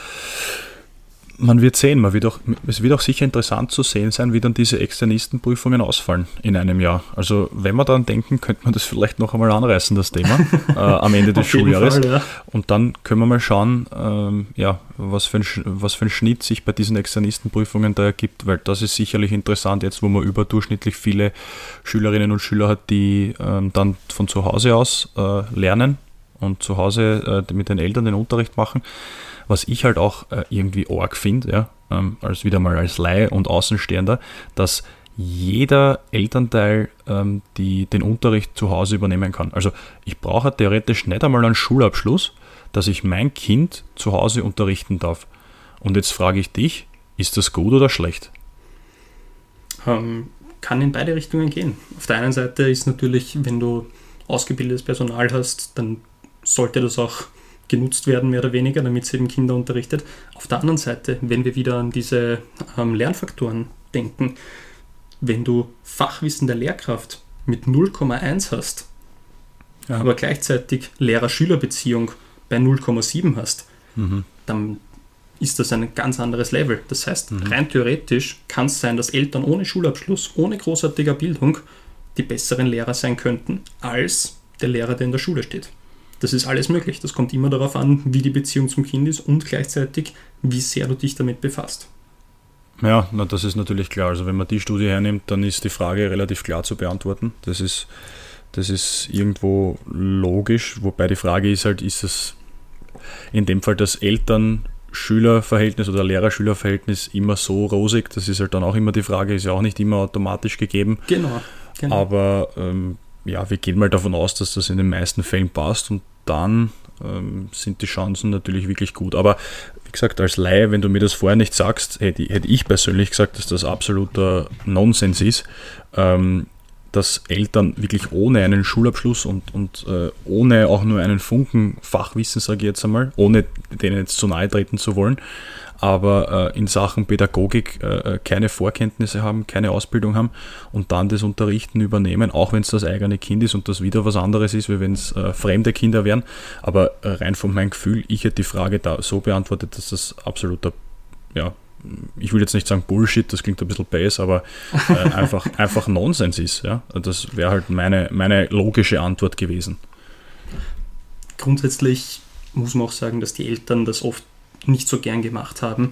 man wird sehen, es wird auch sicher interessant zu sehen sein, wie dann diese Externistenprüfungen ausfallen in einem Jahr. Also wenn wir daran denken, könnte man das vielleicht noch einmal anreißen, das Thema, am Ende des Schuljahres. Fall, ja. Und dann können wir mal schauen, was für ein Schnitt sich bei diesen Externistenprüfungen da ergibt, weil das ist sicherlich interessant, jetzt wo man überdurchschnittlich viele Schülerinnen und Schüler hat, die dann von zu Hause aus lernen und zu Hause mit den Eltern den Unterricht machen. Was ich halt auch irgendwie arg finde, als Laie und Außenstehender, dass jeder Elternteil den Unterricht zu Hause übernehmen kann. Also ich brauche theoretisch nicht einmal einen Schulabschluss, dass ich mein Kind zu Hause unterrichten darf. Und jetzt frage ich dich, ist das gut oder schlecht? Kann in beide Richtungen gehen. Auf der einen Seite ist natürlich, wenn du ausgebildetes Personal hast, dann sollte das auch genutzt werden, mehr oder weniger, damit sie eben Kinder unterrichtet. Auf der anderen Seite, wenn wir wieder an diese Lernfaktoren denken, wenn du Fachwissen der Lehrkraft mit 0,1 hast, aber gleichzeitig Lehrer-Schüler-Beziehung bei 0,7 hast, dann ist das ein ganz anderes Level. Das heißt, rein theoretisch kann es sein, dass Eltern ohne Schulabschluss, ohne großartiger Bildung die besseren Lehrer sein könnten, als der Lehrer, der in der Schule steht. Das ist alles möglich. Das kommt immer darauf an, wie die Beziehung zum Kind ist und gleichzeitig, wie sehr du dich damit befasst. Ja, das ist natürlich klar. Also wenn man die Studie hernimmt, dann ist die Frage relativ klar zu beantworten. Das ist irgendwo logisch, wobei die Frage ist halt, ist es in dem Fall das Eltern-Schüler-Verhältnis oder Lehrer-Schüler-Verhältnis immer so rosig? Das ist halt dann auch immer die Frage, ist ja auch nicht immer automatisch gegeben. Genau. Aber wir gehen mal davon aus, dass das in den meisten Fällen passt und dann sind die Chancen natürlich wirklich gut. Aber wie gesagt, als Laie, wenn du mir das vorher nicht sagst, hätte ich persönlich gesagt, dass das absoluter Nonsens ist, dass Eltern wirklich ohne einen Schulabschluss und ohne auch nur einen Funken Fachwissen, sage ich jetzt einmal, ohne denen jetzt zu nahe treten zu wollen, aber in Sachen Pädagogik keine Vorkenntnisse haben, keine Ausbildung haben und dann das Unterrichten übernehmen, auch wenn es das eigene Kind ist und das wieder was anderes ist, wie wenn es fremde Kinder wären. Aber rein von meinem Gefühl, ich hätte die Frage da so beantwortet, dass das absoluter, ich will jetzt nicht sagen Bullshit, das klingt ein bisschen bass, aber einfach Nonsens ist. Ja? Das wäre halt meine logische Antwort gewesen. Grundsätzlich muss man auch sagen, dass die Eltern das oft nicht so gern gemacht haben.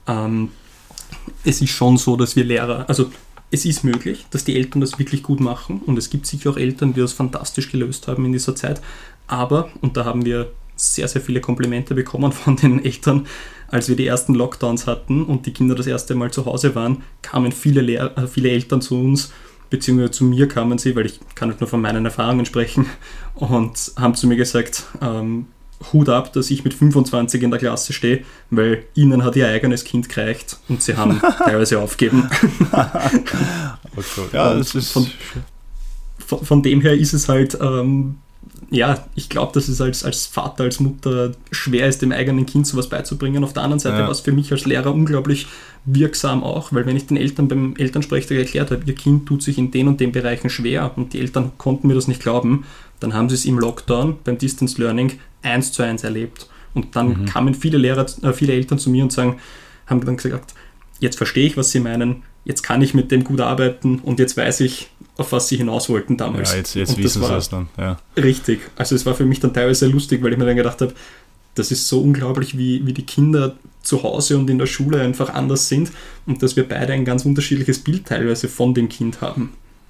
Es ist schon so, dass wir Lehrer, also es ist möglich, dass die Eltern das wirklich gut machen und es gibt sicher auch Eltern, die das fantastisch gelöst haben in dieser Zeit, aber, und da haben wir sehr, sehr viele Komplimente bekommen von den Eltern, als wir die ersten Lockdowns hatten und die Kinder das erste Mal zu Hause waren, kamen viele Eltern zu uns, beziehungsweise zu mir kamen sie, weil ich kann halt nur von meinen Erfahrungen sprechen, und haben zu mir gesagt, Hut ab, dass ich mit 25 in der Klasse stehe, weil ihnen hat ihr eigenes Kind gereicht und sie haben teilweise aufgegeben. Okay. Ja, das ist von dem her ist es halt ja, ich glaube, dass es als Vater, als Mutter schwer ist, dem eigenen Kind sowas beizubringen. Auf der anderen Seite war es für mich als Lehrer unglaublich wirksam auch, weil wenn ich den Eltern beim Elternsprechtag erklärt habe, ihr Kind tut sich in den und den Bereichen schwer und die Eltern konnten mir das nicht glauben, dann haben sie es im Lockdown beim Distance Learning 1:1 erlebt. Und dann kamen viele Eltern zu mir und haben dann gesagt, jetzt verstehe ich, was sie meinen, jetzt kann ich mit dem gut arbeiten und jetzt weiß ich, auf was sie hinaus wollten damals. Ja, jetzt wissen sie es dann. Ja. Richtig. Also es war für mich dann teilweise lustig, weil ich mir dann gedacht habe, das ist so unglaublich, wie die Kinder zu Hause und in der Schule einfach anders sind und dass wir beide ein ganz unterschiedliches Bild teilweise von dem Kind haben.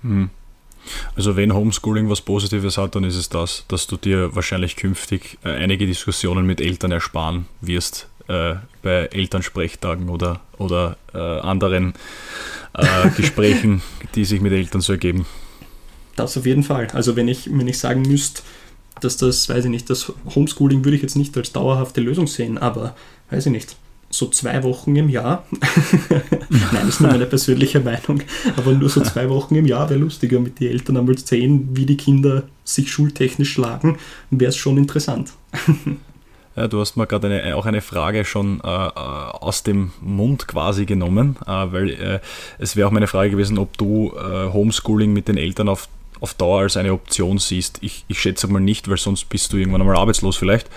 Also wenn Homeschooling was Positives hat, dann ist es das, dass du dir wahrscheinlich künftig einige Diskussionen mit Eltern ersparen wirst, bei Elternsprechtagen oder anderen Gesprächen, die sich mit Eltern so ergeben. Das auf jeden Fall. Also wenn ich sagen müsste, dass das Homeschooling würde ich jetzt nicht als dauerhafte Lösung sehen, aber weiß ich nicht, so 2 Wochen im Jahr, nein, das ist nur meine persönliche Meinung, aber nur so 2 Wochen im Jahr wäre lustiger, mit den Eltern einmal zu sehen, wie die Kinder sich schultechnisch schlagen, wäre es schon interessant. Ja, du hast mir gerade auch eine Frage schon aus dem Mund quasi genommen, weil es wäre auch meine Frage gewesen, ob du Homeschooling mit den Eltern auf Dauer als eine Option siehst. Ich schätze mal nicht, weil sonst bist du irgendwann einmal arbeitslos vielleicht.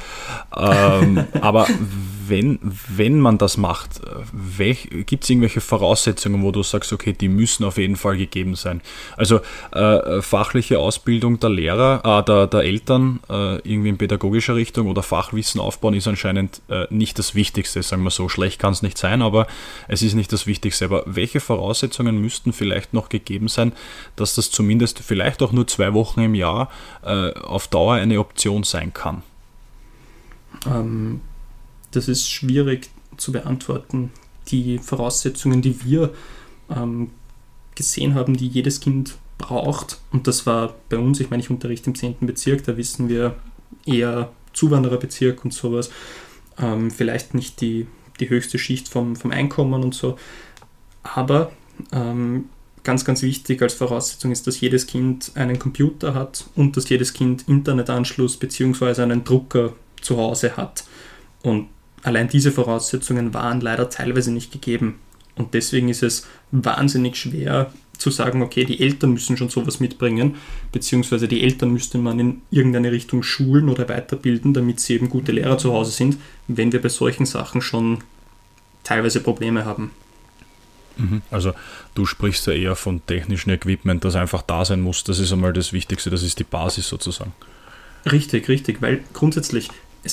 Aber wenn man das macht, gibt es irgendwelche Voraussetzungen, wo du sagst, okay, die müssen auf jeden Fall gegeben sein? Also fachliche Ausbildung der Lehrer, der Eltern, irgendwie in pädagogischer Richtung oder Fachwissen aufbauen ist anscheinend nicht das Wichtigste, sagen wir so. Schlecht kann es nicht sein, aber es ist nicht das Wichtigste. Aber welche Voraussetzungen müssten vielleicht noch gegeben sein, dass das zumindest vielleicht auch nur 2 Wochen im Jahr auf Dauer eine Option sein kann? Das ist schwierig zu beantworten. Die Voraussetzungen, die wir gesehen haben, die jedes Kind braucht, und das war bei uns, ich meine, ich unterrichte im 10. Bezirk, da wissen wir eher Zuwandererbezirk und sowas, vielleicht nicht die höchste Schicht vom Einkommen und so, aber ganz, ganz wichtig als Voraussetzung ist, dass jedes Kind einen Computer hat und dass jedes Kind Internetanschluss bzw. einen Drucker zu Hause hat. Und allein diese Voraussetzungen waren leider teilweise nicht gegeben. Und deswegen ist es wahnsinnig schwer zu sagen, okay, die Eltern müssen schon sowas mitbringen, beziehungsweise die Eltern müsste man in irgendeine Richtung schulen oder weiterbilden, damit sie eben gute Lehrer zu Hause sind, wenn wir bei solchen Sachen schon teilweise Probleme haben. Also du sprichst ja eher von technischem Equipment, das einfach da sein muss. Das ist einmal das Wichtigste, das ist die Basis sozusagen. Richtig, weil grundsätzlich,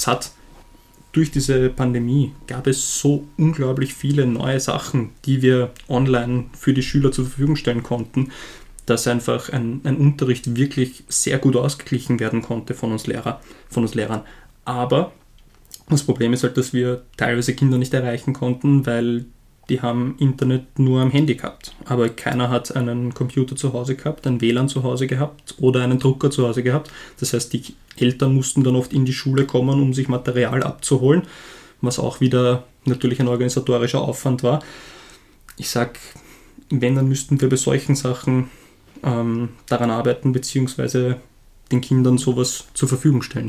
durch diese Pandemie gab es so unglaublich viele neue Sachen, die wir online für die Schüler zur Verfügung stellen konnten, dass einfach ein Unterricht wirklich sehr gut ausgeglichen werden konnte von uns Lehrern. Aber das Problem ist halt, dass wir teilweise Kinder nicht erreichen konnten, weil die haben Internet nur am Handy gehabt. Aber keiner hat einen Computer zu Hause gehabt, ein WLAN zu Hause gehabt oder einen Drucker zu Hause gehabt. Das heißt, die Eltern mussten dann oft in die Schule kommen, um sich Material abzuholen, was auch wieder natürlich ein organisatorischer Aufwand war. Ich sag, wenn, dann müssten wir bei solchen Sachen daran arbeiten, beziehungsweise den Kindern sowas zur Verfügung stellen.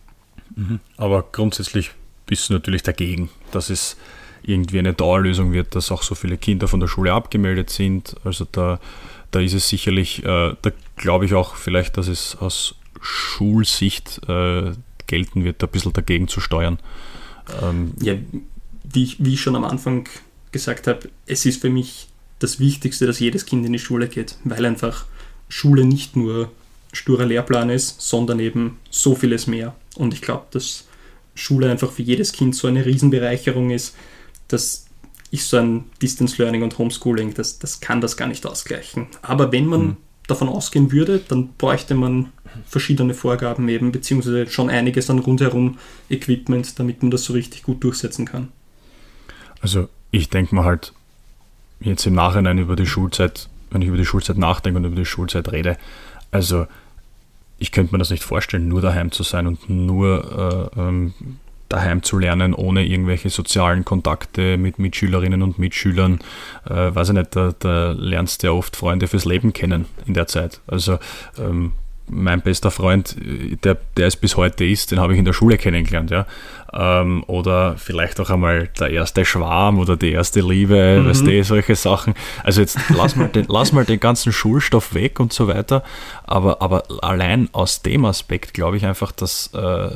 Aber grundsätzlich bist du natürlich dagegen, dass es irgendwie eine Dauerlösung wird, dass auch so viele Kinder von der Schule abgemeldet sind. Also da ist es sicherlich, da glaube ich auch vielleicht, dass es aus Schulsicht gelten wird, ein bisschen dagegen zu steuern. Ja, wie ich schon am Anfang gesagt habe, es ist für mich das Wichtigste, dass jedes Kind in die Schule geht, weil einfach Schule nicht nur sturer Lehrplan ist, sondern eben so vieles mehr. Und ich glaube, dass Schule einfach für jedes Kind so eine Riesenbereicherung ist, dass so ein Distance Learning und Homeschooling, das kann das gar nicht ausgleichen. Aber wenn man davon ausgehen würde, dann bräuchte man verschiedene Vorgaben eben, beziehungsweise schon einiges an rundherum Equipment, damit man das so richtig gut durchsetzen kann. Also ich denke mal halt jetzt im Nachhinein über die Schulzeit, wenn ich über die Schulzeit nachdenke und über die Schulzeit rede, also ich könnte mir das nicht vorstellen, nur daheim zu sein und nur daheim zu lernen, ohne irgendwelche sozialen Kontakte mit Mitschülerinnen und Mitschülern. Weiß ich nicht, da lernst du ja oft Freunde fürs Leben kennen in der Zeit. Also mein bester Freund, der es bis heute ist, den habe ich in der Schule kennengelernt, ja. Oder vielleicht auch einmal der erste Schwarm oder die erste Liebe, weißt du, solche Sachen. Also jetzt lass mal den ganzen Schulstoff weg und so weiter. Aber allein aus dem Aspekt glaube ich einfach, dass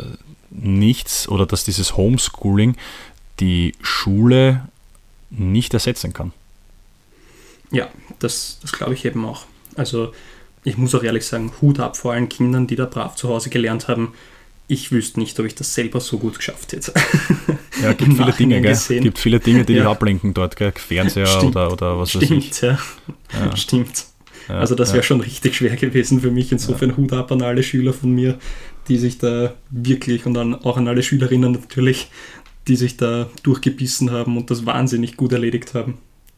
nichts oder dass dieses Homeschooling die Schule nicht ersetzen kann. Ja, das glaube ich eben auch. Also ich muss auch ehrlich sagen, Hut ab vor allen Kindern, die da brav zu Hause gelernt haben. Ich wüsste nicht, ob ich das selber so gut geschafft hätte. Ja, gibt viele Dinge, gell? Gibt viele Dinge, die dich ablenken dort, gell? Fernseher oder was weiß ich. Stimmt, ja. Stimmt. Ja, also das wäre schon richtig schwer gewesen für mich. Insofern Hut ab an alle Schüler von mir, die sich da wirklich, und dann auch an alle Schülerinnen natürlich, die sich da durchgebissen haben und das wahnsinnig gut erledigt haben.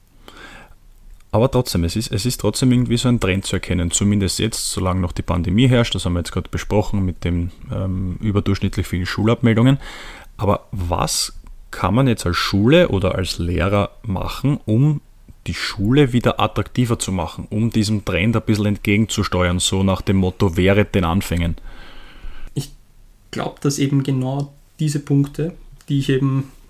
Aber trotzdem, es ist trotzdem irgendwie so ein Trend zu erkennen, zumindest jetzt, solange noch die Pandemie herrscht, das haben wir jetzt gerade besprochen mit den überdurchschnittlich vielen Schulabmeldungen. Aber was kann man jetzt als Schule oder als Lehrer machen, um die Schule wieder attraktiver zu machen, um diesem Trend ein bisschen entgegenzusteuern, so nach dem Motto, wehret den Anfängen? Ich glaube, dass eben genau diese Punkte, die wir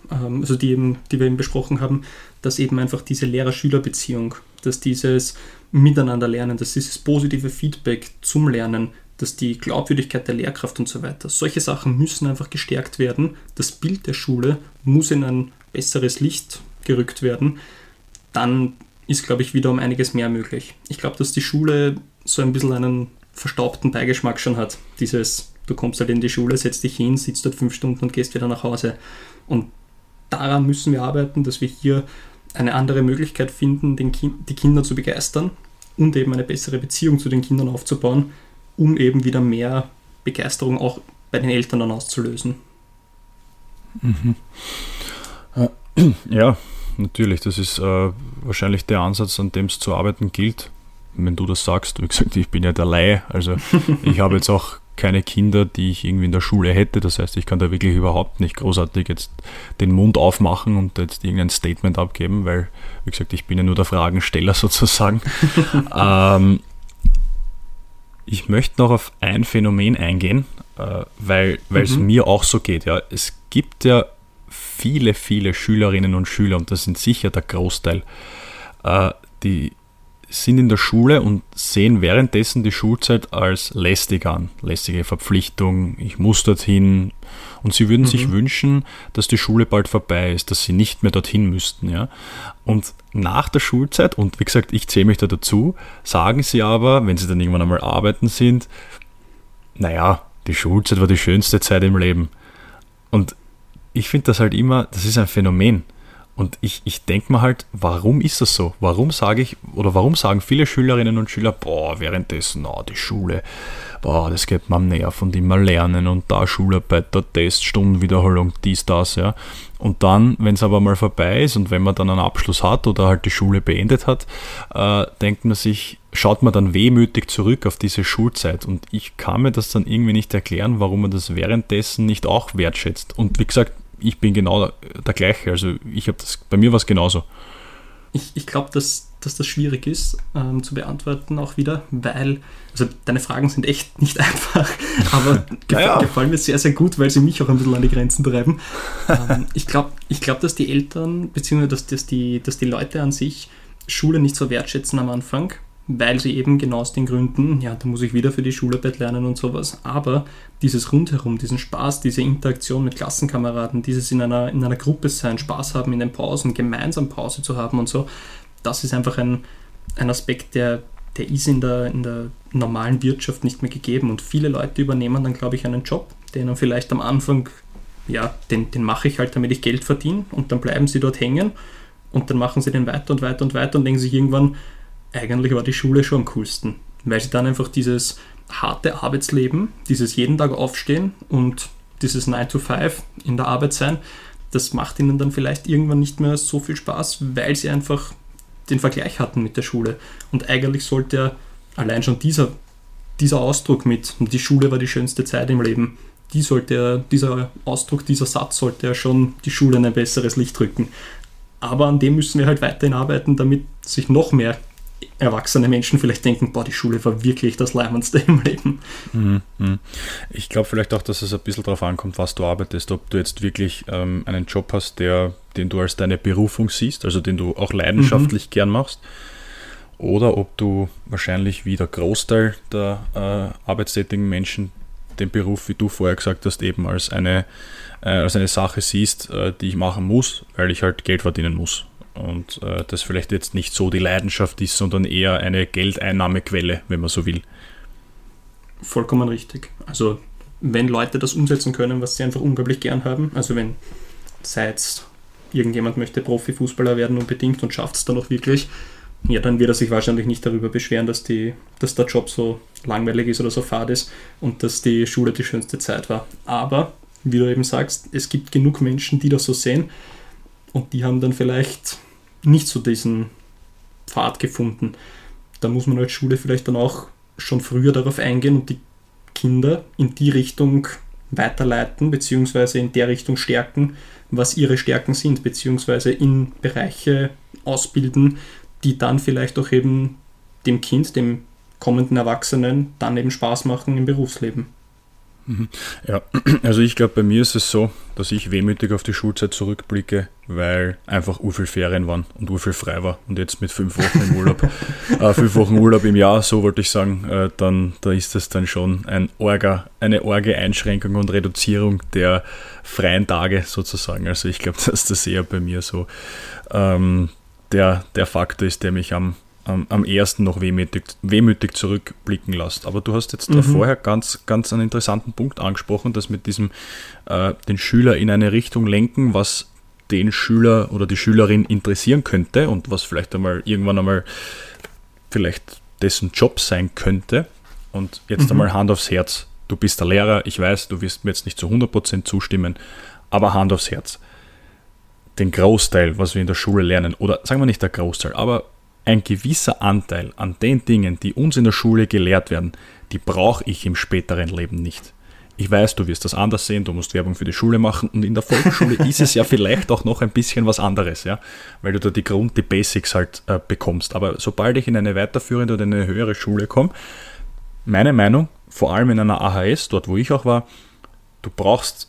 eben besprochen haben, dass eben einfach diese Lehrer-Schüler-Beziehung, dass dieses Miteinander-Lernen, dass dieses positive Feedback zum Lernen, dass die Glaubwürdigkeit der Lehrkraft und so weiter, solche Sachen müssen einfach gestärkt werden. Das Bild der Schule muss in ein besseres Licht gerückt werden. Dann ist, glaube ich, wieder um einiges mehr möglich. Ich glaube, dass die Schule so ein bisschen einen verstaubten Beigeschmack schon hat. Dieses, du kommst halt in die Schule, setzt dich hin, sitzt dort 5 Stunden und gehst wieder nach Hause. Und daran müssen wir arbeiten, dass wir hier eine andere Möglichkeit finden, die Kinder zu begeistern und eben eine bessere Beziehung zu den Kindern aufzubauen, um eben wieder mehr Begeisterung auch bei den Eltern dann auszulösen. Ja, natürlich, das ist wahrscheinlich der Ansatz, an dem es zu arbeiten gilt. Wenn du das sagst, wie gesagt, ich bin ja der Laie, also ich habe jetzt auch keine Kinder, die ich irgendwie in der Schule hätte, das heißt, ich kann da wirklich überhaupt nicht großartig jetzt den Mund aufmachen und jetzt irgendein Statement abgeben, weil, wie gesagt, ich bin ja nur der Fragensteller sozusagen. Ich möchte noch auf ein Phänomen eingehen, weil es mir auch so geht. Ja. Es gibt ja viele, viele Schülerinnen und Schüler, und das sind sicher der Großteil, die sind in der Schule und sehen währenddessen die Schulzeit als lästig an. Lästige Verpflichtung, ich muss dorthin. Und sie würden sich wünschen, dass die Schule bald vorbei ist, dass sie nicht mehr dorthin müssten. Ja? Und nach der Schulzeit, und wie gesagt, ich zähle mich da dazu, sagen sie aber, wenn sie dann irgendwann einmal arbeiten sind, naja, die Schulzeit war die schönste Zeit im Leben. Und ich finde das halt immer, das ist ein Phänomen. Und ich denke mir halt, warum ist das so? Warum sagen viele Schülerinnen und Schüler, währenddessen, die Schule, das geht mir am Nerv und immer lernen und da Schularbeit, da Test, Stundenwiederholung, dies, das, ja. Und dann, wenn es aber mal vorbei ist und wenn man dann einen Abschluss hat oder halt die Schule beendet hat, schaut man dann wehmütig zurück auf diese Schulzeit. Und ich kann mir das dann irgendwie nicht erklären, warum man das währenddessen nicht auch wertschätzt. Und wie gesagt, ich bin genau der gleiche, also bei mir war es genauso. Ich glaube, dass das schwierig ist zu beantworten auch wieder, weil, also deine Fragen sind echt nicht einfach, aber gefallen mir sehr, sehr gut, weil sie mich auch ein bisschen an die Grenzen treiben. Ich glaube, dass die Eltern, beziehungsweise dass die Leute an sich Schule nicht so wertschätzen am Anfang, weil sie eben genau aus den Gründen, ja, da muss ich wieder für die Schularbeit lernen und sowas, aber dieses Rundherum, diesen Spaß, diese Interaktion mit Klassenkameraden, dieses in einer Gruppe sein, Spaß haben in den Pausen, gemeinsam Pause zu haben und so, das ist einfach ein Aspekt, der ist in der normalen Wirtschaft nicht mehr gegeben und viele Leute übernehmen dann, glaube ich, einen Job, den dann vielleicht am Anfang, ja, den mache ich halt, damit ich Geld verdiene und dann bleiben sie dort hängen und dann machen sie den weiter und weiter und weiter und denken sich irgendwann, eigentlich war die Schule schon am coolsten, weil sie dann einfach dieses harte Arbeitsleben, dieses jeden Tag aufstehen und dieses 9 to 5 in der Arbeit sein, das macht ihnen dann vielleicht irgendwann nicht mehr so viel Spaß, weil sie einfach den Vergleich hatten mit der Schule. Und eigentlich sollte ja allein schon dieser Ausdruck mit die Schule war die schönste Zeit im Leben, dieser Ausdruck, dieser Satz sollte ja schon die Schule in ein besseres Licht rücken. Aber an dem müssen wir halt weiterhin arbeiten, damit sich noch mehr erwachsene Menschen vielleicht denken, boah, die Schule war wirklich das Leibendste im Leben. Ich glaube vielleicht auch, dass es ein bisschen darauf ankommt, was du arbeitest, ob du jetzt wirklich einen Job hast, den du als deine Berufung siehst, also den du auch leidenschaftlich gern machst, oder ob du wahrscheinlich wie der Großteil der arbeitstätigen Menschen den Beruf, wie du vorher gesagt hast, eben als eine Sache siehst, die ich machen muss, weil ich halt Geld verdienen muss. Und das vielleicht jetzt nicht so die Leidenschaft ist, sondern eher eine Geldeinnahmequelle, wenn man so will. Vollkommen richtig. Also wenn Leute das umsetzen können, was sie einfach unglaublich gern haben, also wenn seit irgendjemand möchte Profifußballer werden unbedingt und schafft es dann auch wirklich, ja, dann wird er sich wahrscheinlich nicht darüber beschweren, dass der Job so langweilig ist oder so fad ist und dass die Schule die schönste Zeit war. Aber, wie du eben sagst, es gibt genug Menschen, die das so sehen und die haben dann vielleicht nicht so diesen Pfad gefunden. Da muss man als Schule vielleicht dann auch schon früher darauf eingehen und die Kinder in die Richtung weiterleiten, beziehungsweise in der Richtung stärken, was ihre Stärken sind, beziehungsweise in Bereiche ausbilden, die dann vielleicht auch eben dem Kind, dem kommenden Erwachsenen, dann eben Spaß machen im Berufsleben. Ja, also ich glaube, bei mir ist es so, dass ich wehmütig auf die Schulzeit zurückblicke, weil einfach viel Ferien waren und viel frei war. Und jetzt mit 5 Wochen im Urlaub, 5 Wochen Urlaub im Jahr, so wollte ich sagen, da ist das dann schon eine arge Einschränkung und Reduzierung der freien Tage sozusagen. Also ich glaube, dass das eher bei mir so der Faktor ist, der mich am ersten noch wehmütig zurückblicken lässt. Aber du hast jetzt vorher ganz einen interessanten Punkt angesprochen, dass mit diesem den Schüler in eine Richtung lenken, was den Schüler oder die Schülerin interessieren könnte und was vielleicht irgendwann einmal vielleicht dessen Job sein könnte. Und jetzt einmal Hand aufs Herz. Du bist der Lehrer, ich weiß, du wirst mir jetzt nicht zu 100% zustimmen, aber Hand aufs Herz. Den Großteil, was wir in der Schule lernen, oder sagen wir nicht der Großteil, aber ein gewisser Anteil an den Dingen, die uns in der Schule gelehrt werden, die brauche ich im späteren Leben nicht. Ich weiß, du wirst das anders sehen, du musst Werbung für die Schule machen und in der Volksschule ist es ja vielleicht auch noch ein bisschen was anderes, ja, weil du da die Basics halt bekommst. Aber sobald ich in eine weiterführende oder eine höhere Schule komme, meine Meinung, vor allem in einer AHS, dort wo ich auch war, du brauchst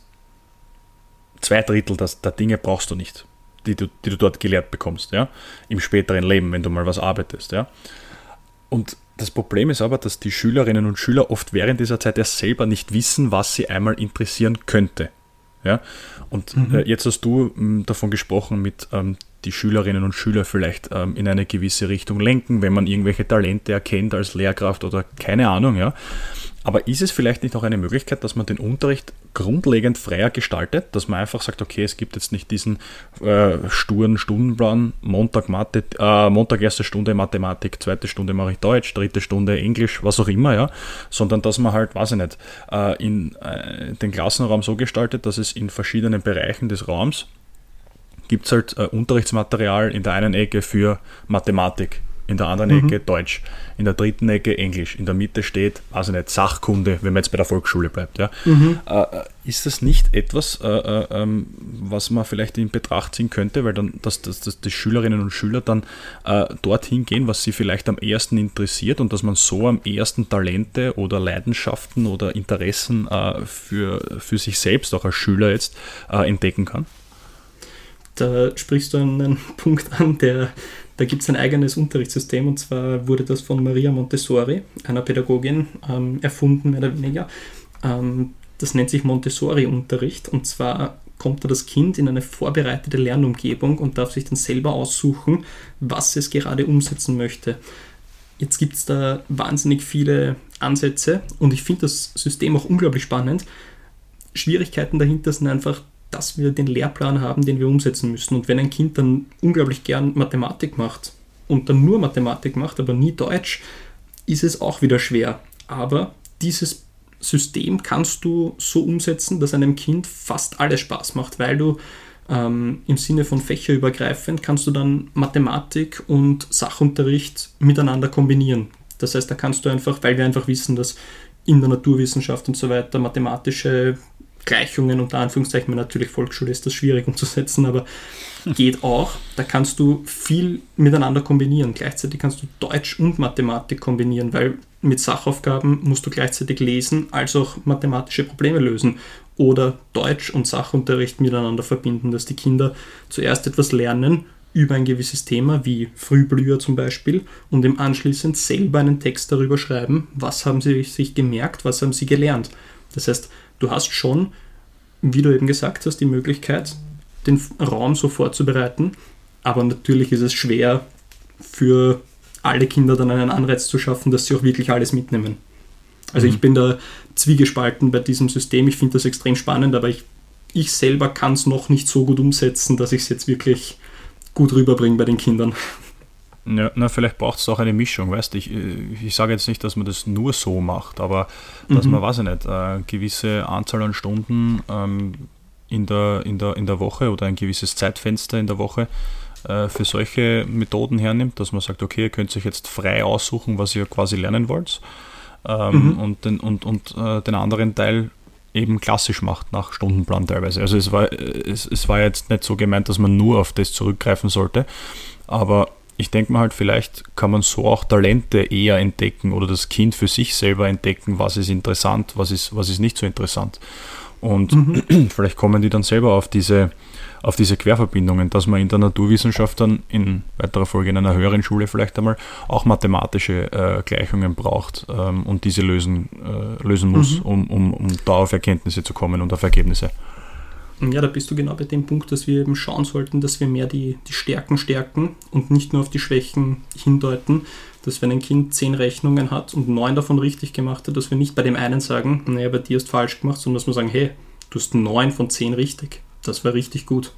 2/3 der Dinge brauchst du nicht, die du dort gelehrt bekommst, ja, im späteren Leben, wenn du mal was arbeitest, ja. Und das Problem ist aber, dass die Schülerinnen und Schüler oft während dieser Zeit ja selber nicht wissen, was sie einmal interessieren könnte, ja. Und jetzt hast du davon gesprochen, mit die Schülerinnen und Schüler vielleicht in eine gewisse Richtung lenken, wenn man irgendwelche Talente erkennt als Lehrkraft oder keine Ahnung, ja. Aber ist es vielleicht nicht auch eine Möglichkeit, dass man den Unterricht grundlegend freier gestaltet, dass man einfach sagt, okay, es gibt jetzt nicht diesen sturen Stundenplan, Montag erste Stunde Mathematik, zweite Stunde mache ich Deutsch, dritte Stunde Englisch, was auch immer, ja, sondern dass man halt, weiß ich nicht, den Klassenraum so gestaltet, dass es in verschiedenen Bereichen des Raums gibt es halt Unterrichtsmaterial in der einen Ecke für Mathematik, in der anderen Ecke Deutsch, in der dritten Ecke Englisch, in der Mitte steht, weiß ich nicht, Sachkunde, wenn man jetzt bei der Volksschule bleibt. Ja. Ist das nicht etwas, was man vielleicht in Betracht ziehen könnte, weil dann, dass die Schülerinnen und Schüler dann dorthin gehen, was sie vielleicht am ehesten interessiert und dass man so am ehesten Talente oder Leidenschaften oder Interessen für sich selbst, auch als Schüler jetzt, entdecken kann? Da sprichst du einen Punkt an, da gibt es ein eigenes Unterrichtssystem, und zwar wurde das von Maria Montessori, einer Pädagogin, erfunden, mehr oder weniger. Das nennt sich Montessori-Unterricht, und zwar kommt da das Kind in eine vorbereitete Lernumgebung und darf sich dann selber aussuchen, was es gerade umsetzen möchte. Jetzt gibt es da wahnsinnig viele Ansätze und ich finde das System auch unglaublich spannend. Schwierigkeiten dahinter sind einfach, dass wir den Lehrplan haben, den wir umsetzen müssen. Und wenn ein Kind dann unglaublich gern Mathematik macht und dann nur Mathematik macht, aber nie Deutsch, ist es auch wieder schwer. Aber dieses System kannst du so umsetzen, dass einem Kind fast alles Spaß macht, weil du im Sinne von fächerübergreifend kannst du dann Mathematik und Sachunterricht miteinander kombinieren. Das heißt, da kannst du einfach, weil wir einfach wissen, dass in der Naturwissenschaft und so weiter mathematische Gleichungen, unter Anführungszeichen, natürlich Volksschule ist das schwierig umzusetzen, aber geht auch. Da kannst du viel miteinander kombinieren. Gleichzeitig kannst du Deutsch und Mathematik kombinieren, weil mit Sachaufgaben musst du gleichzeitig lesen, als auch mathematische Probleme lösen. Oder Deutsch und Sachunterricht miteinander verbinden, dass die Kinder zuerst etwas lernen über ein gewisses Thema, wie Frühblüher zum Beispiel, und im Anschließend selber einen Text darüber schreiben, was haben sie sich gemerkt, was haben sie gelernt. Das heißt, du hast schon, wie du eben gesagt hast, die Möglichkeit, den Raum so vorzubereiten, aber natürlich ist es schwer für alle Kinder dann einen Anreiz zu schaffen, dass sie auch wirklich alles mitnehmen. Also ich bin da zwiegespalten bei diesem System, ich finde das extrem spannend, aber ich selber kann es noch nicht so gut umsetzen, dass ich es jetzt wirklich gut rüberbringe bei den Kindern. Ja, na, vielleicht braucht es auch eine Mischung, weißt du, ich sage jetzt nicht, dass man das nur so macht, aber dass man, weiß ich nicht, eine gewisse Anzahl an Stunden in der Woche oder ein gewisses Zeitfenster in der Woche für solche Methoden hernimmt, dass man sagt, okay, ihr könnt euch jetzt frei aussuchen, was ihr quasi lernen wollt, und den anderen Teil eben klassisch macht, nach Stundenplan teilweise. Also es war jetzt nicht so gemeint, dass man nur auf das zurückgreifen sollte, aber ich denke mal halt, vielleicht kann man so auch Talente eher entdecken oder das Kind für sich selber entdecken, was ist interessant, was ist nicht so interessant. Und vielleicht kommen die dann selber auf diese Querverbindungen, dass man in der Naturwissenschaft dann in weiterer Folge in einer höheren Schule vielleicht einmal auch mathematische Gleichungen braucht und diese lösen muss, um da auf Erkenntnisse zu kommen und auf Ergebnisse. Ja, da bist du genau bei dem Punkt, dass wir eben schauen sollten, dass wir mehr die Stärken stärken und nicht nur auf die Schwächen hindeuten, dass wenn ein Kind 10 Rechnungen hat und 9 davon richtig gemacht hat, dass wir nicht bei dem einen sagen, naja, bei dir hast falsch gemacht, sondern dass wir sagen, hey, du hast 9 von 10 richtig. Das war richtig gut.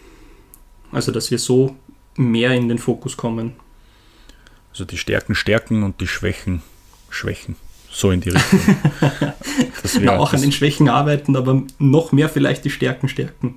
Also, dass wir so mehr in den Fokus kommen. Also die Stärken stärken und die Schwächen schwächen. So in die Richtung. Auch an den Schwächen arbeiten, aber noch mehr vielleicht die Stärken stärken.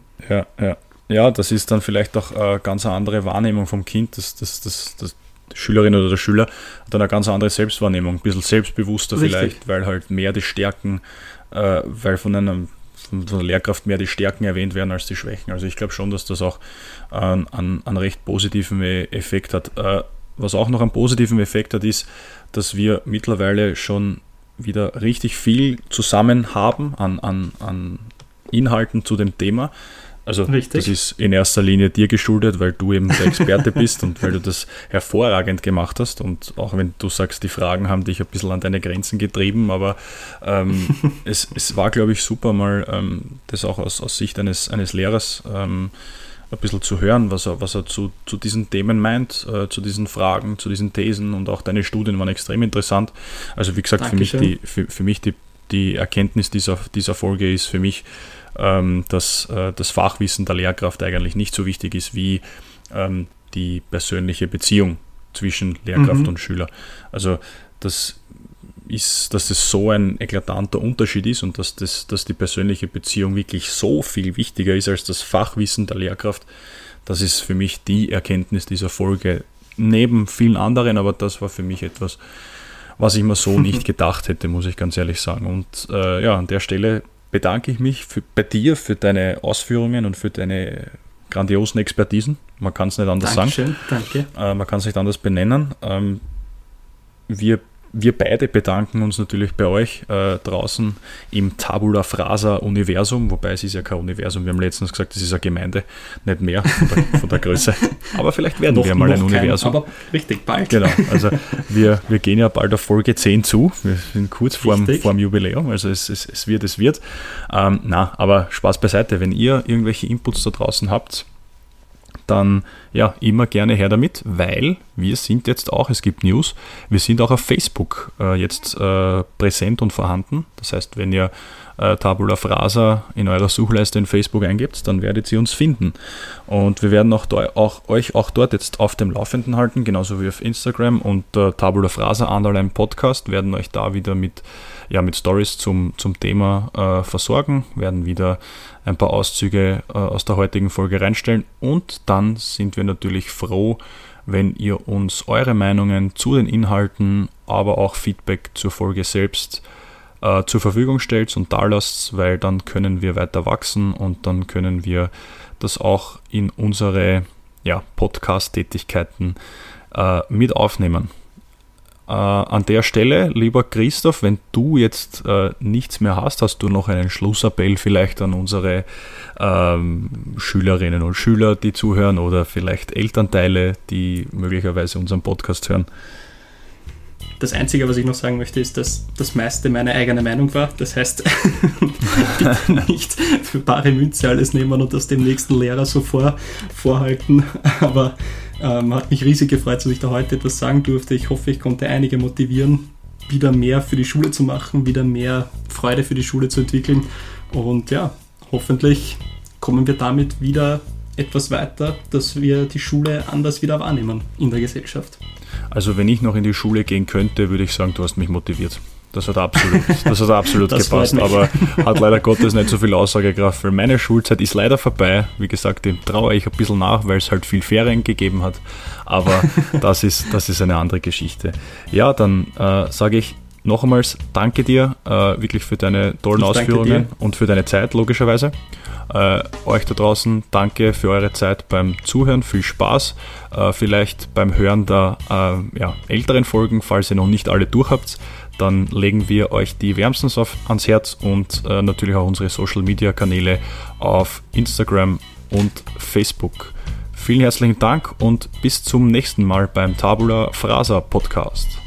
Ja, das ist dann vielleicht auch eine ganz andere Wahrnehmung vom Kind. Das Schülerin oder der Schüler hat dann eine ganz andere Selbstwahrnehmung, ein bisschen selbstbewusster vielleicht, weil halt mehr die Stärken, weil von der Lehrkraft mehr die Stärken erwähnt werden als die Schwächen. Also ich glaube schon, dass das auch einen recht positiven Effekt hat. Was auch noch einen positiven Effekt hat, ist, dass wir mittlerweile schon wieder richtig viel zusammen haben an Inhalten zu dem Thema. Also richtig. Das ist in erster Linie dir geschuldet, weil du eben der Experte bist und weil du das hervorragend gemacht hast. Und auch wenn du sagst, die Fragen haben dich ein bisschen an deine Grenzen getrieben, aber es war, glaube ich, super, mal das auch aus Sicht eines Lehrers ein bisschen zu hören, was er zu diesen Themen meint, zu diesen Fragen, zu diesen Thesen, und auch deine Studien waren extrem interessant. Also wie gesagt, für mich die Erkenntnis dieser Folge ist für mich, dass das Fachwissen der Lehrkraft eigentlich nicht so wichtig ist wie die persönliche Beziehung zwischen Lehrkraft und Schüler. Also dass das so ein eklatanter Unterschied ist und dass die persönliche Beziehung wirklich so viel wichtiger ist als das Fachwissen der Lehrkraft, das ist für mich die Erkenntnis dieser Folge, neben vielen anderen, aber das war für mich etwas, was ich mir so nicht gedacht hätte, muss ich ganz ehrlich sagen. Und an der Stelle bedanke ich mich bei dir für deine Ausführungen und für deine grandiosen Expertisen. Man kann es nicht anders sagen. Danke. Man kann es nicht anders benennen. Wir beide bedanken uns natürlich bei euch draußen im Tabula Frasa Universum, wobei es ist ja kein Universum, wir haben letztens gesagt, es ist eine Gemeinde, nicht mehr von der Größe, aber vielleicht werden wir mal ein Universum. Aber richtig, bald. Genau, also wir gehen ja bald auf Folge 10 zu, wir sind kurz vorm Jubiläum, also es wird. Aber Spaß beiseite, wenn ihr irgendwelche Inputs da draußen habt, dann immer gerne her damit, weil wir sind jetzt auch, es gibt News, wir sind auch auf Facebook jetzt präsent und vorhanden. Das heißt, wenn ihr Tabula Frasa in eurer Suchleiste in Facebook eingebt, dann werdet ihr uns finden. Und wir werden euch auch dort jetzt auf dem Laufenden halten, genauso wie auf Instagram, und Tabula Frasa _Podcast werden euch da wieder mit Stories zum Thema versorgen, werden wieder ein paar Auszüge aus der heutigen Folge reinstellen, und dann sind wir natürlich froh, wenn ihr uns eure Meinungen zu den Inhalten, aber auch Feedback zur Folge selbst zur Verfügung stellt und da lasst, weil dann können wir weiter wachsen und dann können wir das auch in unsere Podcast-Tätigkeiten mit aufnehmen. An der Stelle, lieber Christoph, wenn du jetzt nichts mehr hast du noch einen Schlussappell vielleicht an unsere Schülerinnen und Schüler, die zuhören, oder vielleicht Elternteile, die möglicherweise unseren Podcast hören? Das Einzige, was ich noch sagen möchte, ist, dass das meiste meine eigene Meinung war. Das heißt, bitte nicht für bare Münze alles nehmen und das dem nächsten Lehrer so vorhalten. Aber hat mich riesig gefreut, dass ich da heute etwas sagen durfte. Ich hoffe, ich konnte einige motivieren, wieder mehr für die Schule zu machen, wieder mehr Freude für die Schule zu entwickeln. Und ja, hoffentlich kommen wir damit wieder etwas weiter, dass wir die Schule anders wieder wahrnehmen in der Gesellschaft. Also wenn ich noch in die Schule gehen könnte, würde ich sagen, du hast mich motiviert. Das hat absolut das gepasst, aber hat leider Gottes nicht so viel Aussagekraft, weil meine Schulzeit ist leider vorbei. Wie gesagt, dem traue ich ein bisschen nach, weil es halt viel Ferien gegeben hat, aber das ist eine andere Geschichte. Ja, dann sage ich noch einmals danke dir, wirklich für deine tollen Ausführungen und für deine Zeit, logischerweise. Euch da draußen, danke für eure Zeit beim Zuhören, viel Spaß, vielleicht beim Hören der älteren Folgen, falls ihr noch nicht alle durch habt, dann legen wir euch die wärmstens ans Herz und natürlich auch unsere Social Media Kanäle auf Instagram und Facebook. Vielen herzlichen Dank und bis zum nächsten Mal beim Tabula Frasa Podcast.